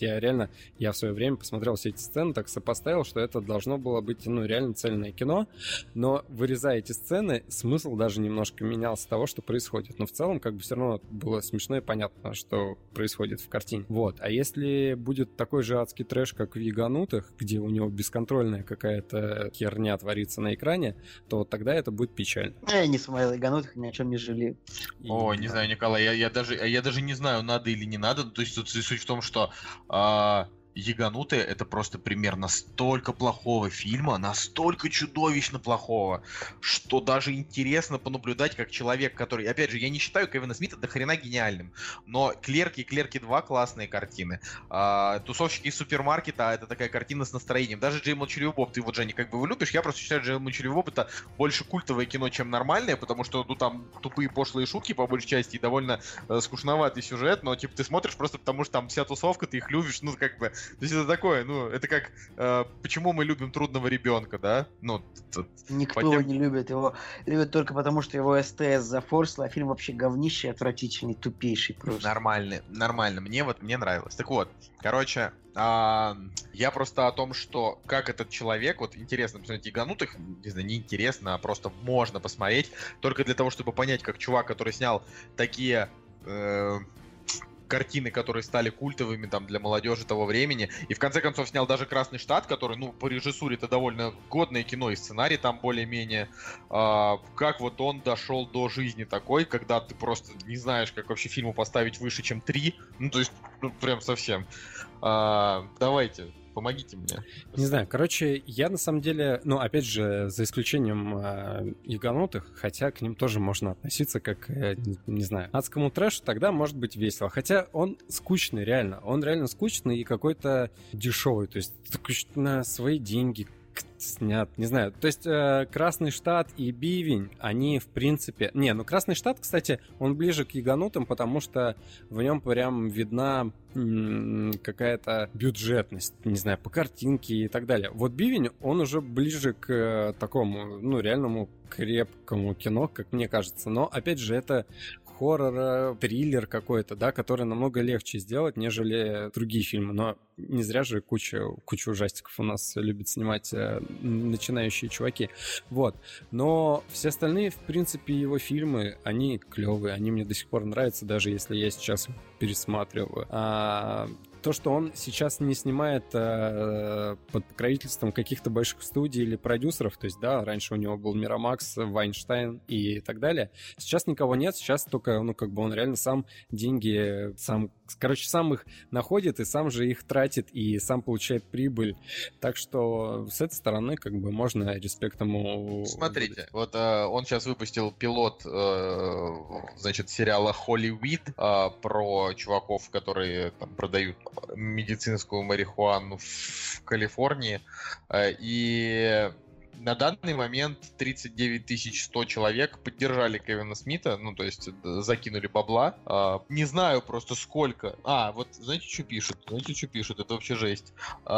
я в свое время посмотрел все эти сцены, так сопоставил, что это должно было быть, реально цельное кино, но вырезая эти сцены, смысл даже немножко менялся того, что происходит. Но в целом, как бы все равно было смешно и понятно, что происходит в картине. Вот. А если будет такой же адский трэш, как в «Яганутых», где у него бесконтрольная какая-то херня творится на экране, то тогда это будет печально. Я не смотрел «Яганутых», ни о чем не жалею. Не знаю, Николай, я даже не знаю, надо или не надо. То есть суть в том, что «Яганутые» — это просто пример настолько плохого фильма, настолько чудовищно плохого, что даже интересно понаблюдать, как человек, который... Опять же, я не считаю Кевина Смита до хрена гениальным, но «Клерки» и «Клерки 2» — классные картины. «Тусовщики из супермаркета» — это такая картина с настроением. Даже «Джей Молчаливый Боб», ты вот, Женя, как бы его любишь, я просто считаю, «Джей Молчаливый Боб» — это больше культовое кино, чем нормальное, потому что, там тупые пошлые шутки, по большей части, и довольно скучноватый сюжет, но, типа, ты смотришь просто потому, что там вся тусовка, ты их любишь, как бы... То есть это такое, это как почему мы любим «Трудного ребенка», да? Никто его не любит, его любят только потому, что его СТС зафорсил, а фильм вообще говнище, отвратительный, тупейший просто. Нормально, мне нравилось. Так вот, короче, я просто о том, что как этот человек, вот интересно посмотреть «Яганутых», не знаю, не интересно, а просто можно посмотреть, только для того, чтобы понять, как чувак, который снял такие... картины, которые стали культовыми там для молодежи того времени, и в конце концов снял даже «Красный штат», который, по режиссуре это довольно годное кино, и сценарий там более-менее, как вот он дошел до жизни такой, когда ты просто не знаешь, как вообще фильму поставить выше, чем 3, то есть, прям совсем. Давайте, помогите мне. Не знаю, короче, я на самом деле, опять же, за исключением «Яганутых», хотя к ним тоже можно относиться как, не знаю, адскому трэшу, тогда может быть весело. Хотя он скучный, реально. Он реально скучный и какой-то дешевый. То есть на свои деньги снят, не знаю. То есть «Красный штат» и «Бивень», они, в принципе... «Красный штат», кстати, он ближе к «Яганутым», потому что в нем прям видна какая-то бюджетность, не знаю, по картинке и так далее. Вот «Бивень», он уже ближе к такому, реальному крепкому кино, как мне кажется. Но, опять же, это хоррор, триллер какой-то, да, который намного легче сделать, нежели другие фильмы. Но не зря же куча ужастиков у нас любят снимать начинающие чуваки. Вот. Но все остальные, в принципе, его фильмы, они клевые, они мне до сих пор нравятся, даже если я сейчас пересматриваю. То, что он сейчас не снимает под покровительством каких-то больших студий или продюсеров, то есть, да, раньше у него был Miramax, Вайнштейн и так далее. Сейчас никого нет, сейчас только, он реально сам деньги, сам их находит и сам же их тратит и сам получает прибыль. Так что с этой стороны, можно респект ему... Смотрите, вот он сейчас выпустил пилот, сериала «Холливид» про чуваков, которые там продают медицинскую марихуану в Калифорнии, и на данный момент 39 100 человек поддержали Кевина Смита, то есть закинули бабла. Не знаю просто сколько. Знаете, что пишут? Это вообще жесть.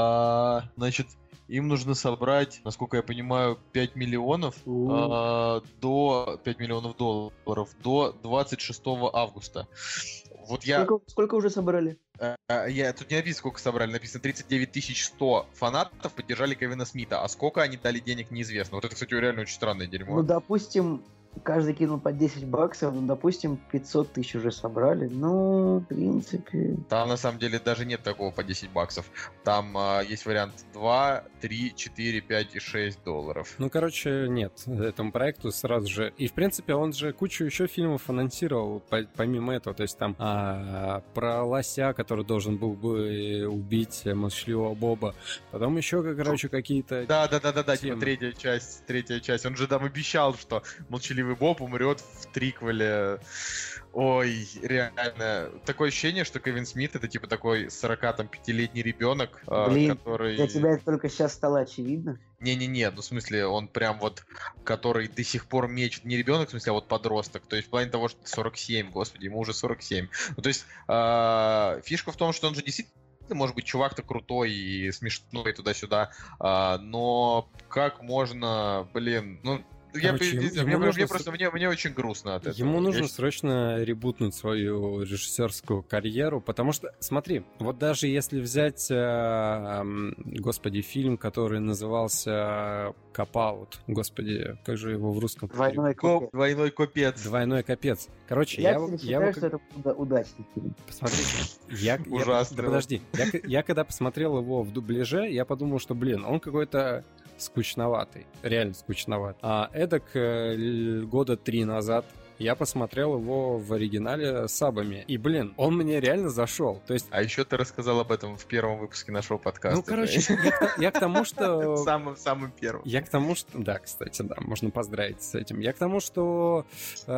Им нужно собрать, насколько я понимаю, 5 миллионов до 5 миллионов долларов до 26 августа. Сколько уже собрали? Тут не написано, сколько собрали. Написано 39 100 фанатов поддержали Кевина Смита. А сколько они дали денег, неизвестно. Вот это, кстати, реально очень странное дерьмо. Допустим, каждый кинул по $10, допустим, 500 тысяч уже собрали. В принципе... Там, на самом деле, даже нет такого по $10. Там есть вариант 2, 3, 4, 5 и 6 долларов. Нет этому проекту сразу же. И, в принципе, он же кучу еще фильмов анонсировал помимо этого. То есть там про лося, который должен был бы убить молчаливого Боба. Потом еще, какие-то... Да, типа третья часть. Он же там обещал, что молчаливый Боб умрет в триквеле. Ой, реально. Такое ощущение, что Кевин Смит это типа такой 45-летний ребенок, который... Для тебя это только сейчас стало очевидно? Не-не-не, в смысле, он прям который до сих пор мечет, не ребенок, в смысле, а подросток. То есть в плане того, что 47, господи, ему уже 47. То есть фишка в том, что он же действительно может быть, чувак-то крутой и смешной туда-сюда, но как можно, мне очень грустно от этого. Ему нужно срочно ребутнуть свою режиссерскую карьеру, потому что, смотри, вот даже если взять, фильм, который назывался «Кап-аут», господи, как же его в русском? «Двойной копец». «Двойной копец». Короче, я считаю, что это удачный фильм. Посмотрите, ужасно. Подожди, я когда посмотрел его в дубляже, я подумал, что, он какой-то скучноватый, реально скучноватый. Эдак 3 года назад я посмотрел его в оригинале с сабами. И, он мне реально зашел. То есть... А еще ты рассказал об этом в первом выпуске нашего подкаста. Я к тому, что... Самым первым. Я к тому, что... Да, кстати, да, можно поздравить с этим. Я к тому, что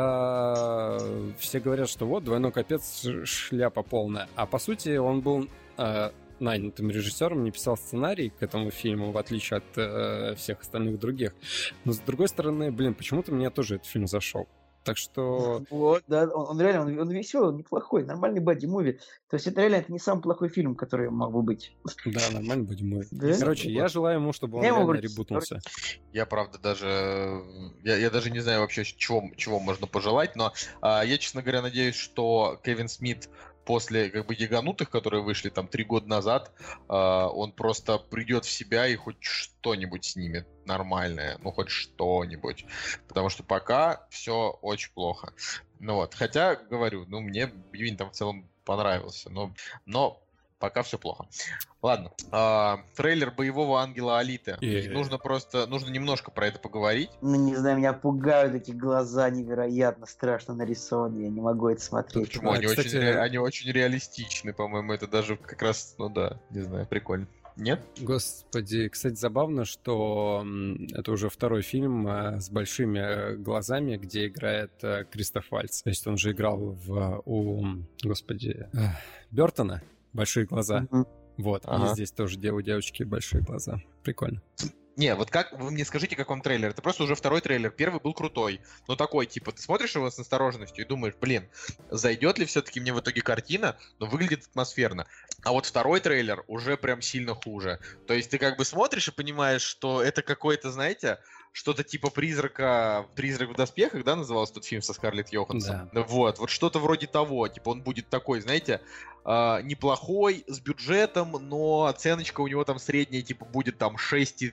все говорят, что вот, «Двойной капец» шляпа полная. А по сути он был... нанятым режиссером, не писал сценарий к этому фильму, в отличие от всех остальных других. Но с другой стороны, почему-то мне тоже этот фильм зашел. Так что... Вот, да, он реально, он веселый, он неплохой, нормальный боди-муви. То есть это реально не самый плохой фильм, который мог бы быть. Да, нормальный боди-муви. Да? Короче, я желаю ему, чтобы он реально ребутнулся. Я, правда, даже... Я даже не знаю вообще, чего можно пожелать, но я, честно говоря, надеюсь, что Кевин Смит после «Яганутых», которые вышли там 3 года назад, он просто придет в себя и хоть что-нибудь снимет нормальное, хоть что-нибудь. Потому что пока все очень плохо. Хотя, говорю, мне «Бивень» там в целом понравился, но пока все плохо. Ладно. Трейлер «Боевого ангела Алиты». Нужно немножко про это поговорить. Не знаю, меня пугают эти глаза невероятно страшно нарисованные. Я не могу это смотреть. Почему? Они очень реалистичны, по-моему. Это даже как раз, не знаю, прикольно. Нет? Господи, кстати, забавно, что это уже второй фильм с большими глазами, где играет Кристоф Вальтз. То есть он же играл у Бёртона «Большие глаза». Вот, и здесь тоже у девочки большие глаза. Прикольно. Не, вот как, вы мне скажите, как вам трейлер? Это просто уже второй трейлер. Первый был крутой, но такой, типа, ты смотришь его с настороженностью и думаешь, блин, зайдет ли все-таки мне в итоге картина, но выглядит атмосферно. А вот второй трейлер уже прям сильно хуже. То есть ты как бы смотришь и понимаешь, что это какой-то, знаете, что-то типа «Призрак в доспехах», да, назывался тот фильм со Скарлетт Йоханссон? Да. Вот что-то вроде того. Типа он будет такой, знаете, неплохой, с бюджетом, но оценочка у него там средняя, типа, будет там 6,4,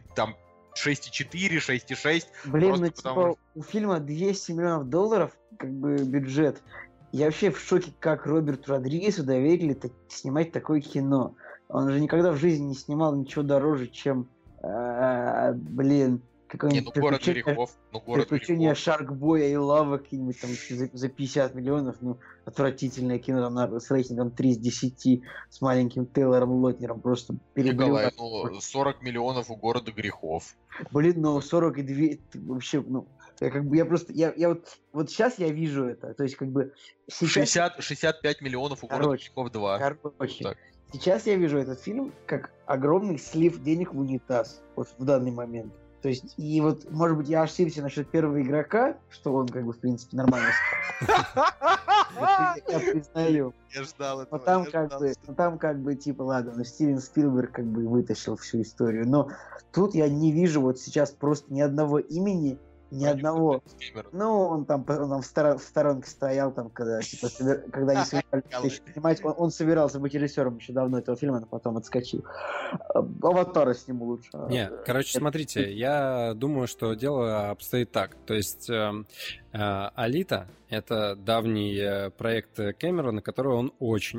6,6. Блин, ну типа у фильма $200 миллионов, как бы, бюджет. Я вообще в шоке, как Роберту Родригесу доверили снимать такое кино. Он же никогда в жизни не снимал ничего дороже, чем, какой-нибудь «Город грехов». «Приключения Шаркбоя и Лава» какие-нибудь там за 50 миллионов. Ну, отвратительное кино там с рейтингом 3 из 10, с маленьким Тейлором Лотнером. Просто перебивает. Николай, 40 миллионов у «Города грехов». Блин, ну 42... Вообще, ну... Я вот сейчас я вижу это. То есть, как бы... Сейчас... 65 миллионов у «Города грехов 2». Короче, сейчас я вижу этот фильм как огромный слив денег в унитаз. Вот в данный момент. То есть, и вот, может быть, я ошибся насчет первого игрока, что он, как бы, в принципе, нормально я признаю. Я ждал этого. Но там, как бы, типа, ладно, Стивен Спилберг, как бы, вытащил всю историю. Но тут я не вижу вот сейчас просто ни одного имени, ни одного. Ну, он там в сторонке стоял, там, когда они собирались снимать. Он собирался быть режиссером еще давно этого фильма, но потом отскочил. «Аватара» сниму лучше. Не, короче, смотрите, я думаю, что дело обстоит так. То есть «Алита» — это давний проект Кэмерона, который он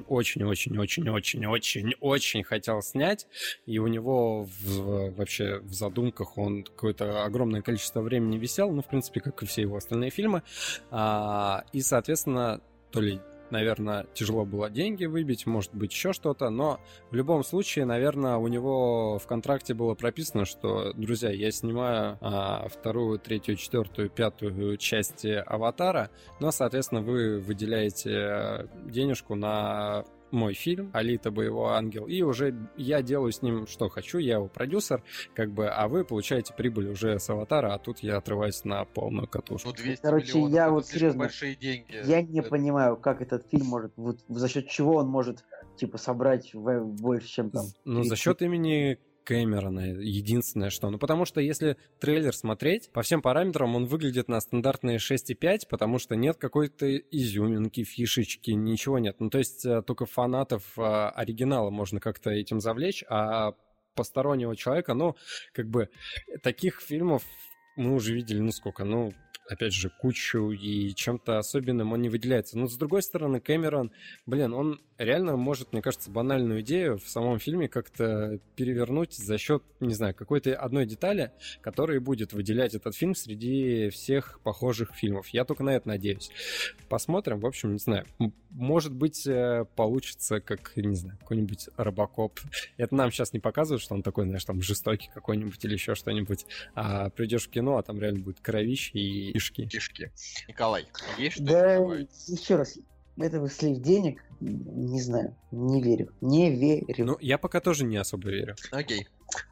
очень хотел снять, и у него вообще в задумках он какое-то огромное количество времени висел, ну, в принципе, как и все его остальные фильмы, и, соответственно, то ли, наверное, тяжело было деньги выбить, может быть, еще что-то, но в любом случае, наверное, у него в контракте было прописано, что, друзья, я снимаю 2-ю, 3-ю, 4-ю, 5-ю части «Аватара», но, соответственно, вы выделяете денежку на мой фильм «Алита. Боевой ангел», и уже я делаю с ним что хочу, я его продюсер, как бы, а вы получаете прибыль уже с «Аватара», а тут я отрываюсь на полную катушку. 200 Короче, миллионов, я вот серьезно, большие деньги. Я не понимаю, как этот фильм может, вот за счет чего он может, типа, собрать больше, чем там... Ну, за счет имени Кэмерона, единственное что. Ну, потому что если трейлер смотреть, по всем параметрам он выглядит на стандартные 6,5, потому что нет какой-то изюминки, фишечки, ничего нет. Ну, то есть только фанатов оригинала можно как-то этим завлечь, а постороннего человека, ну, как бы, таких фильмов мы уже видели, ну, сколько, ну, опять же, кучу, и чем-то особенным он не выделяется. Но, с другой стороны, Кэмерон, он реально может, мне кажется, банальную идею в самом фильме как-то перевернуть за счет, не знаю, какой-то одной детали, которая будет выделять этот фильм среди всех похожих фильмов. Я только на это надеюсь. Посмотрим, в общем, не знаю. Может быть, получится, как, не знаю, какой-нибудь Робокоп. Это нам сейчас не показывают, что он такой, знаешь, там, жестокий какой-нибудь или еще что-нибудь. А придешь в кино, а там реально будет кровище и кишки. Николай, есть что-то добавить? Еще раз, это слив денег, не знаю, не верю. Ну, я пока тоже не особо верю. Окей.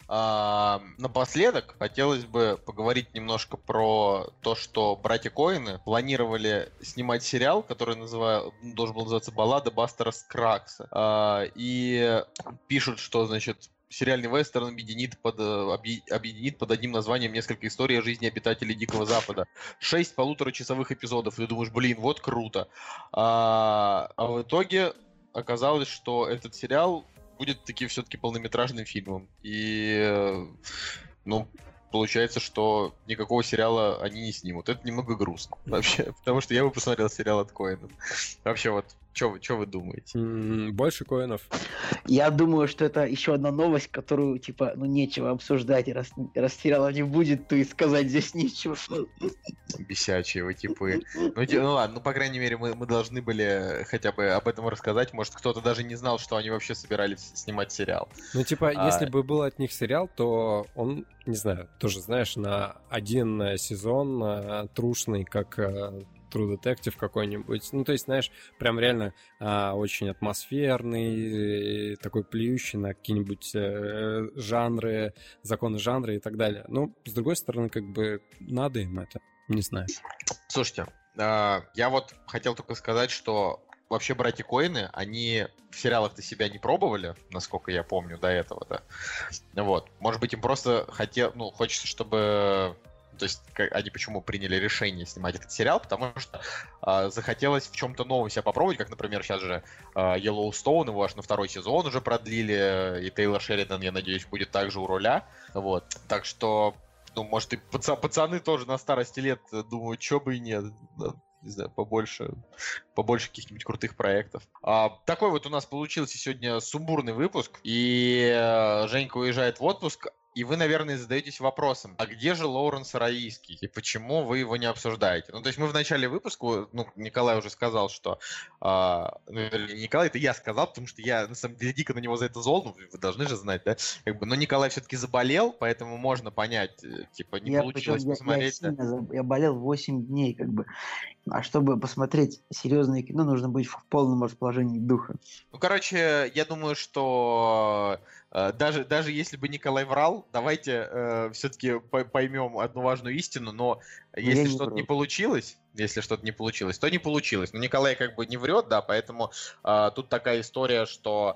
Напоследок хотелось бы поговорить немножко про то, что братья Коэны планировали снимать сериал, который должен был называться «Баллада Бастера Скраггса». И пишут, что, значит, сериальный вестерн объединит под одним названием несколько историй о жизни обитателей Дикого Запада. 6 полуторачасовых эпизодов. И ты думаешь, блин, вот круто. А в итоге оказалось, что этот сериал будет таки все-таки полнометражным фильмом. И, ну, получается, что никакого сериала они не снимут. Это немного грустно вообще, потому что я бы посмотрел сериал от Коэнов. Вообще, вот, что вы думаете? Больше Коэнов. Я думаю, что это еще одна новость, которую, типа, ну, нечего обсуждать, и раз сериала не будет, то и сказать здесь нечего. Бесячие вы типы. Ну ладно, по крайней мере, мы должны были хотя бы об этом рассказать. Может, кто-то даже не знал, что они вообще собирались снимать сериал. Ну, типа, если бы был от них сериал, то он, не знаю, тоже, знаешь, на один сезон трушный, как True Detective какой-нибудь. Ну, то есть, знаешь, прям реально очень атмосферный, такой плюющий на какие-нибудь жанры, законы жанра и так далее. Но, с другой стороны, как бы надо им это. Не знаю. Слушайте, я вот хотел только сказать, что вообще братья Коэны, они в сериалах-то себя не пробовали, насколько я помню, до этого-то. Вот. Может быть, им просто хочется, чтобы... То есть они почему приняли решение снимать этот сериал? Потому что захотелось в чем-то новом себя попробовать, как, например, сейчас же Yellowstone, его аж на 2-й сезон уже продлили, и Тейлор Шеридан, я надеюсь, будет также у руля. Вот. Так что, может, и пацаны тоже на старости лет думают, чё бы и нет. Не знаю, побольше каких-нибудь крутых проектов. Такой вот у нас получился сегодня сумбурный выпуск, и Женька уезжает в отпуск. И вы, наверное, задаетесь вопросом, а где же Лоуренс Аравийский? И почему вы его не обсуждаете? То есть мы в начале выпуска, Николай уже сказал, что... Николай, это я сказал, потому что я, на самом деле, дико на него за это зол, вы должны же знать, да? Но Николай все-таки заболел, поэтому можно понять, не получилось посмотреть. Я болел 8 дней, А чтобы посмотреть серьезное кино, нужно быть в полном расположении духа. Я думаю, что... Даже если бы Николай врал, давайте все-таки поймем одну важную истину, но если что-то не получилось, то не получилось. Но Николай не врет, да, поэтому тут такая история, что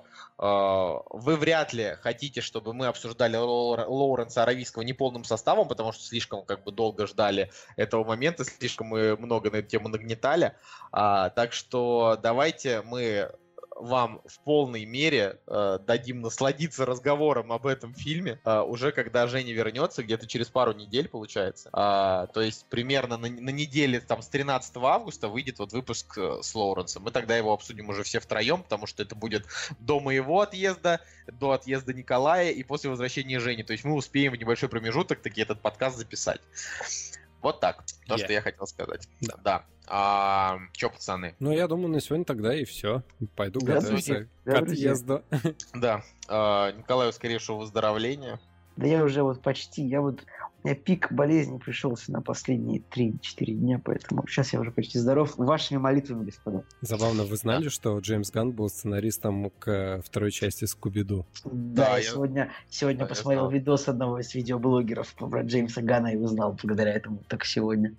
вы вряд ли хотите, чтобы мы обсуждали Лоуренса Аравийского неполным составом, потому что слишком долго ждали этого момента, слишком мы много на эту тему нагнетали. Так что давайте мы вам в полной мере дадим насладиться разговором об этом фильме уже когда Женя вернется, где-то через пару недель, получается. То есть примерно на неделе с 13 августа выйдет выпуск с Лоуренсом. Мы тогда его обсудим уже все втроем, потому что это будет до моего отъезда, до отъезда Николая и после возвращения Жени. То есть мы успеем в небольшой промежуток таки этот подкаст записать. Вот так. То, что я хотел сказать. Да. Чё, пацаны? Я думаю, на сегодня тогда и все. Пойду готовиться к отъезду. Да. Николаю скорейшего выздоровления. Да я уже почти. У меня пик болезни пришелся на последние 3-4 дня, поэтому сейчас я уже почти здоров. Вашими молитвами, господа. Забавно, вы знали, что Джеймс Ганн был сценаристом к второй части Скуби-Ду? Да, я сегодня посмотрел видос одного из видеоблогеров про Джеймса Ганна и узнал благодаря этому только сегодня.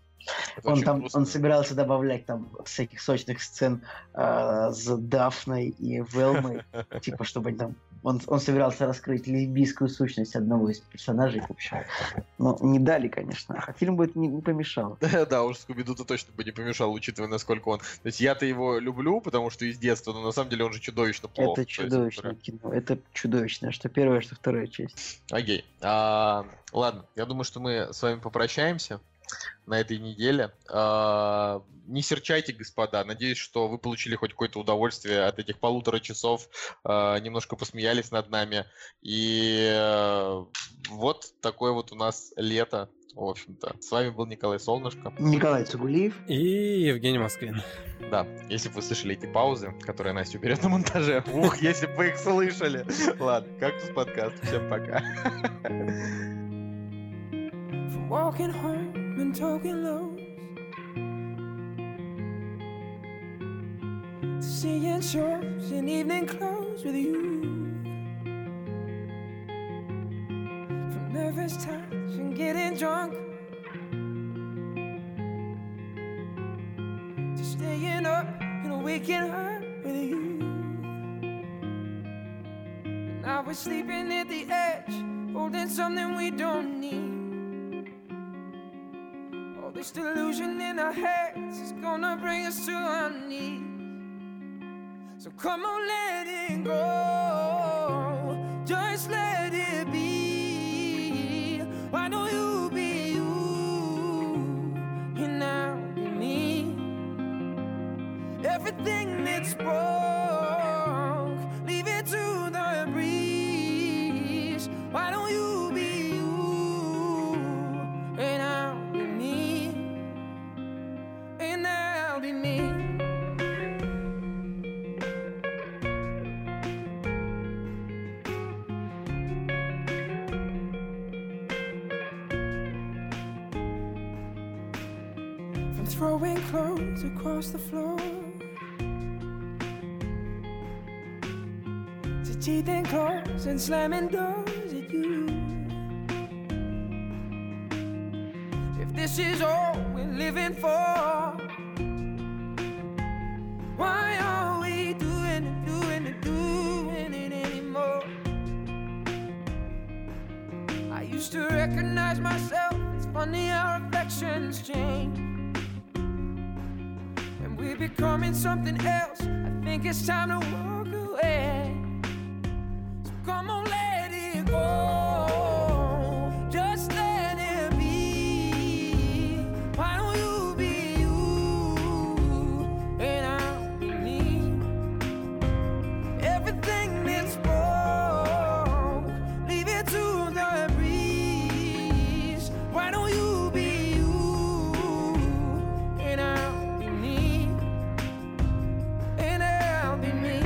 Он собирался добавлять там всяких сочных сцен с Дафной и Велмой, чтобы они там... Он собирался раскрыть лесбийскую сущность одного из персонажей, в общем. Но не дали, конечно. А фильм бы это не помешал. Да, уж Скуби-Ду-то точно бы не помешал, учитывая, насколько он... То есть я-то его люблю, потому что из детства, но на самом деле он же чудовищно плох. Это чудовищное кино. Это чудовищное, что первая, что вторая часть. Окей. Ладно, я думаю, что мы с вами попрощаемся на этой неделе. Не серчайте, господа. Надеюсь, что вы получили хоть какое-то удовольствие от этих 1,5 часов, немножко посмеялись над нами. И вот такое вот у нас лето, в общем-то. С вами был Николай Солнышко. Николай Цугулиев. И Евгений Москвин. Да, если бы вы слышали эти паузы, которые Настя уберет на монтаже. Если бы вы их слышали. Ладно, «Кактус» подкаст. Всем пока. Walking home and talking low, seeing shows in evening clothes with you, from nervous touch and getting drunk, to staying up and waking up with you. And I was sleeping at the edge, holding something we don't need. This delusion in our heads is gonna bring us to our knees. So come on, let it go. Just let it be. Why don't you be you? And I'll be me. Everything that's broke, leave it to the breeze. Why don't you be you? And I'll be me. And I'll be me. throwing clothes across the floor. To teeth and claws and slamming doors at you. If this is all we're living for, why are we doing it anymore? I used to recognize myself. It's funny how reflections change. And we're becoming something else. I think it's time to walk away. So come on, let it go. Just let it be. Why don't you be you and I'll be me? Everything that's broke, leave it to the breeze. Why don't you be you and I'll be me? And I'll be me.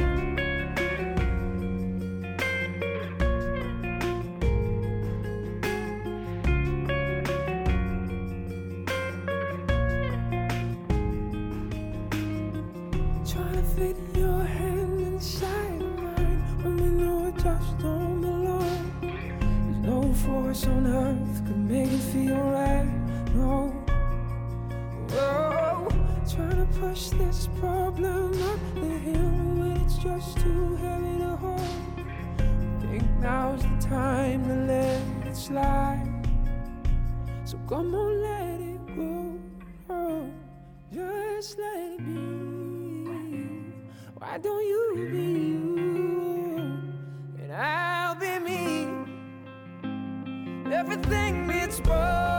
Trying to fit your hand inside of mine when we know it just don't belong. There's no force on earth could make it feel right. No. Whoa. Trying to push this problem up the hill when it's just too heavy to hold. Think now's the time to let it slide. So come on, let it go. Oh, just let it be. Why don't you be you and I'll be me? Everything it's broke.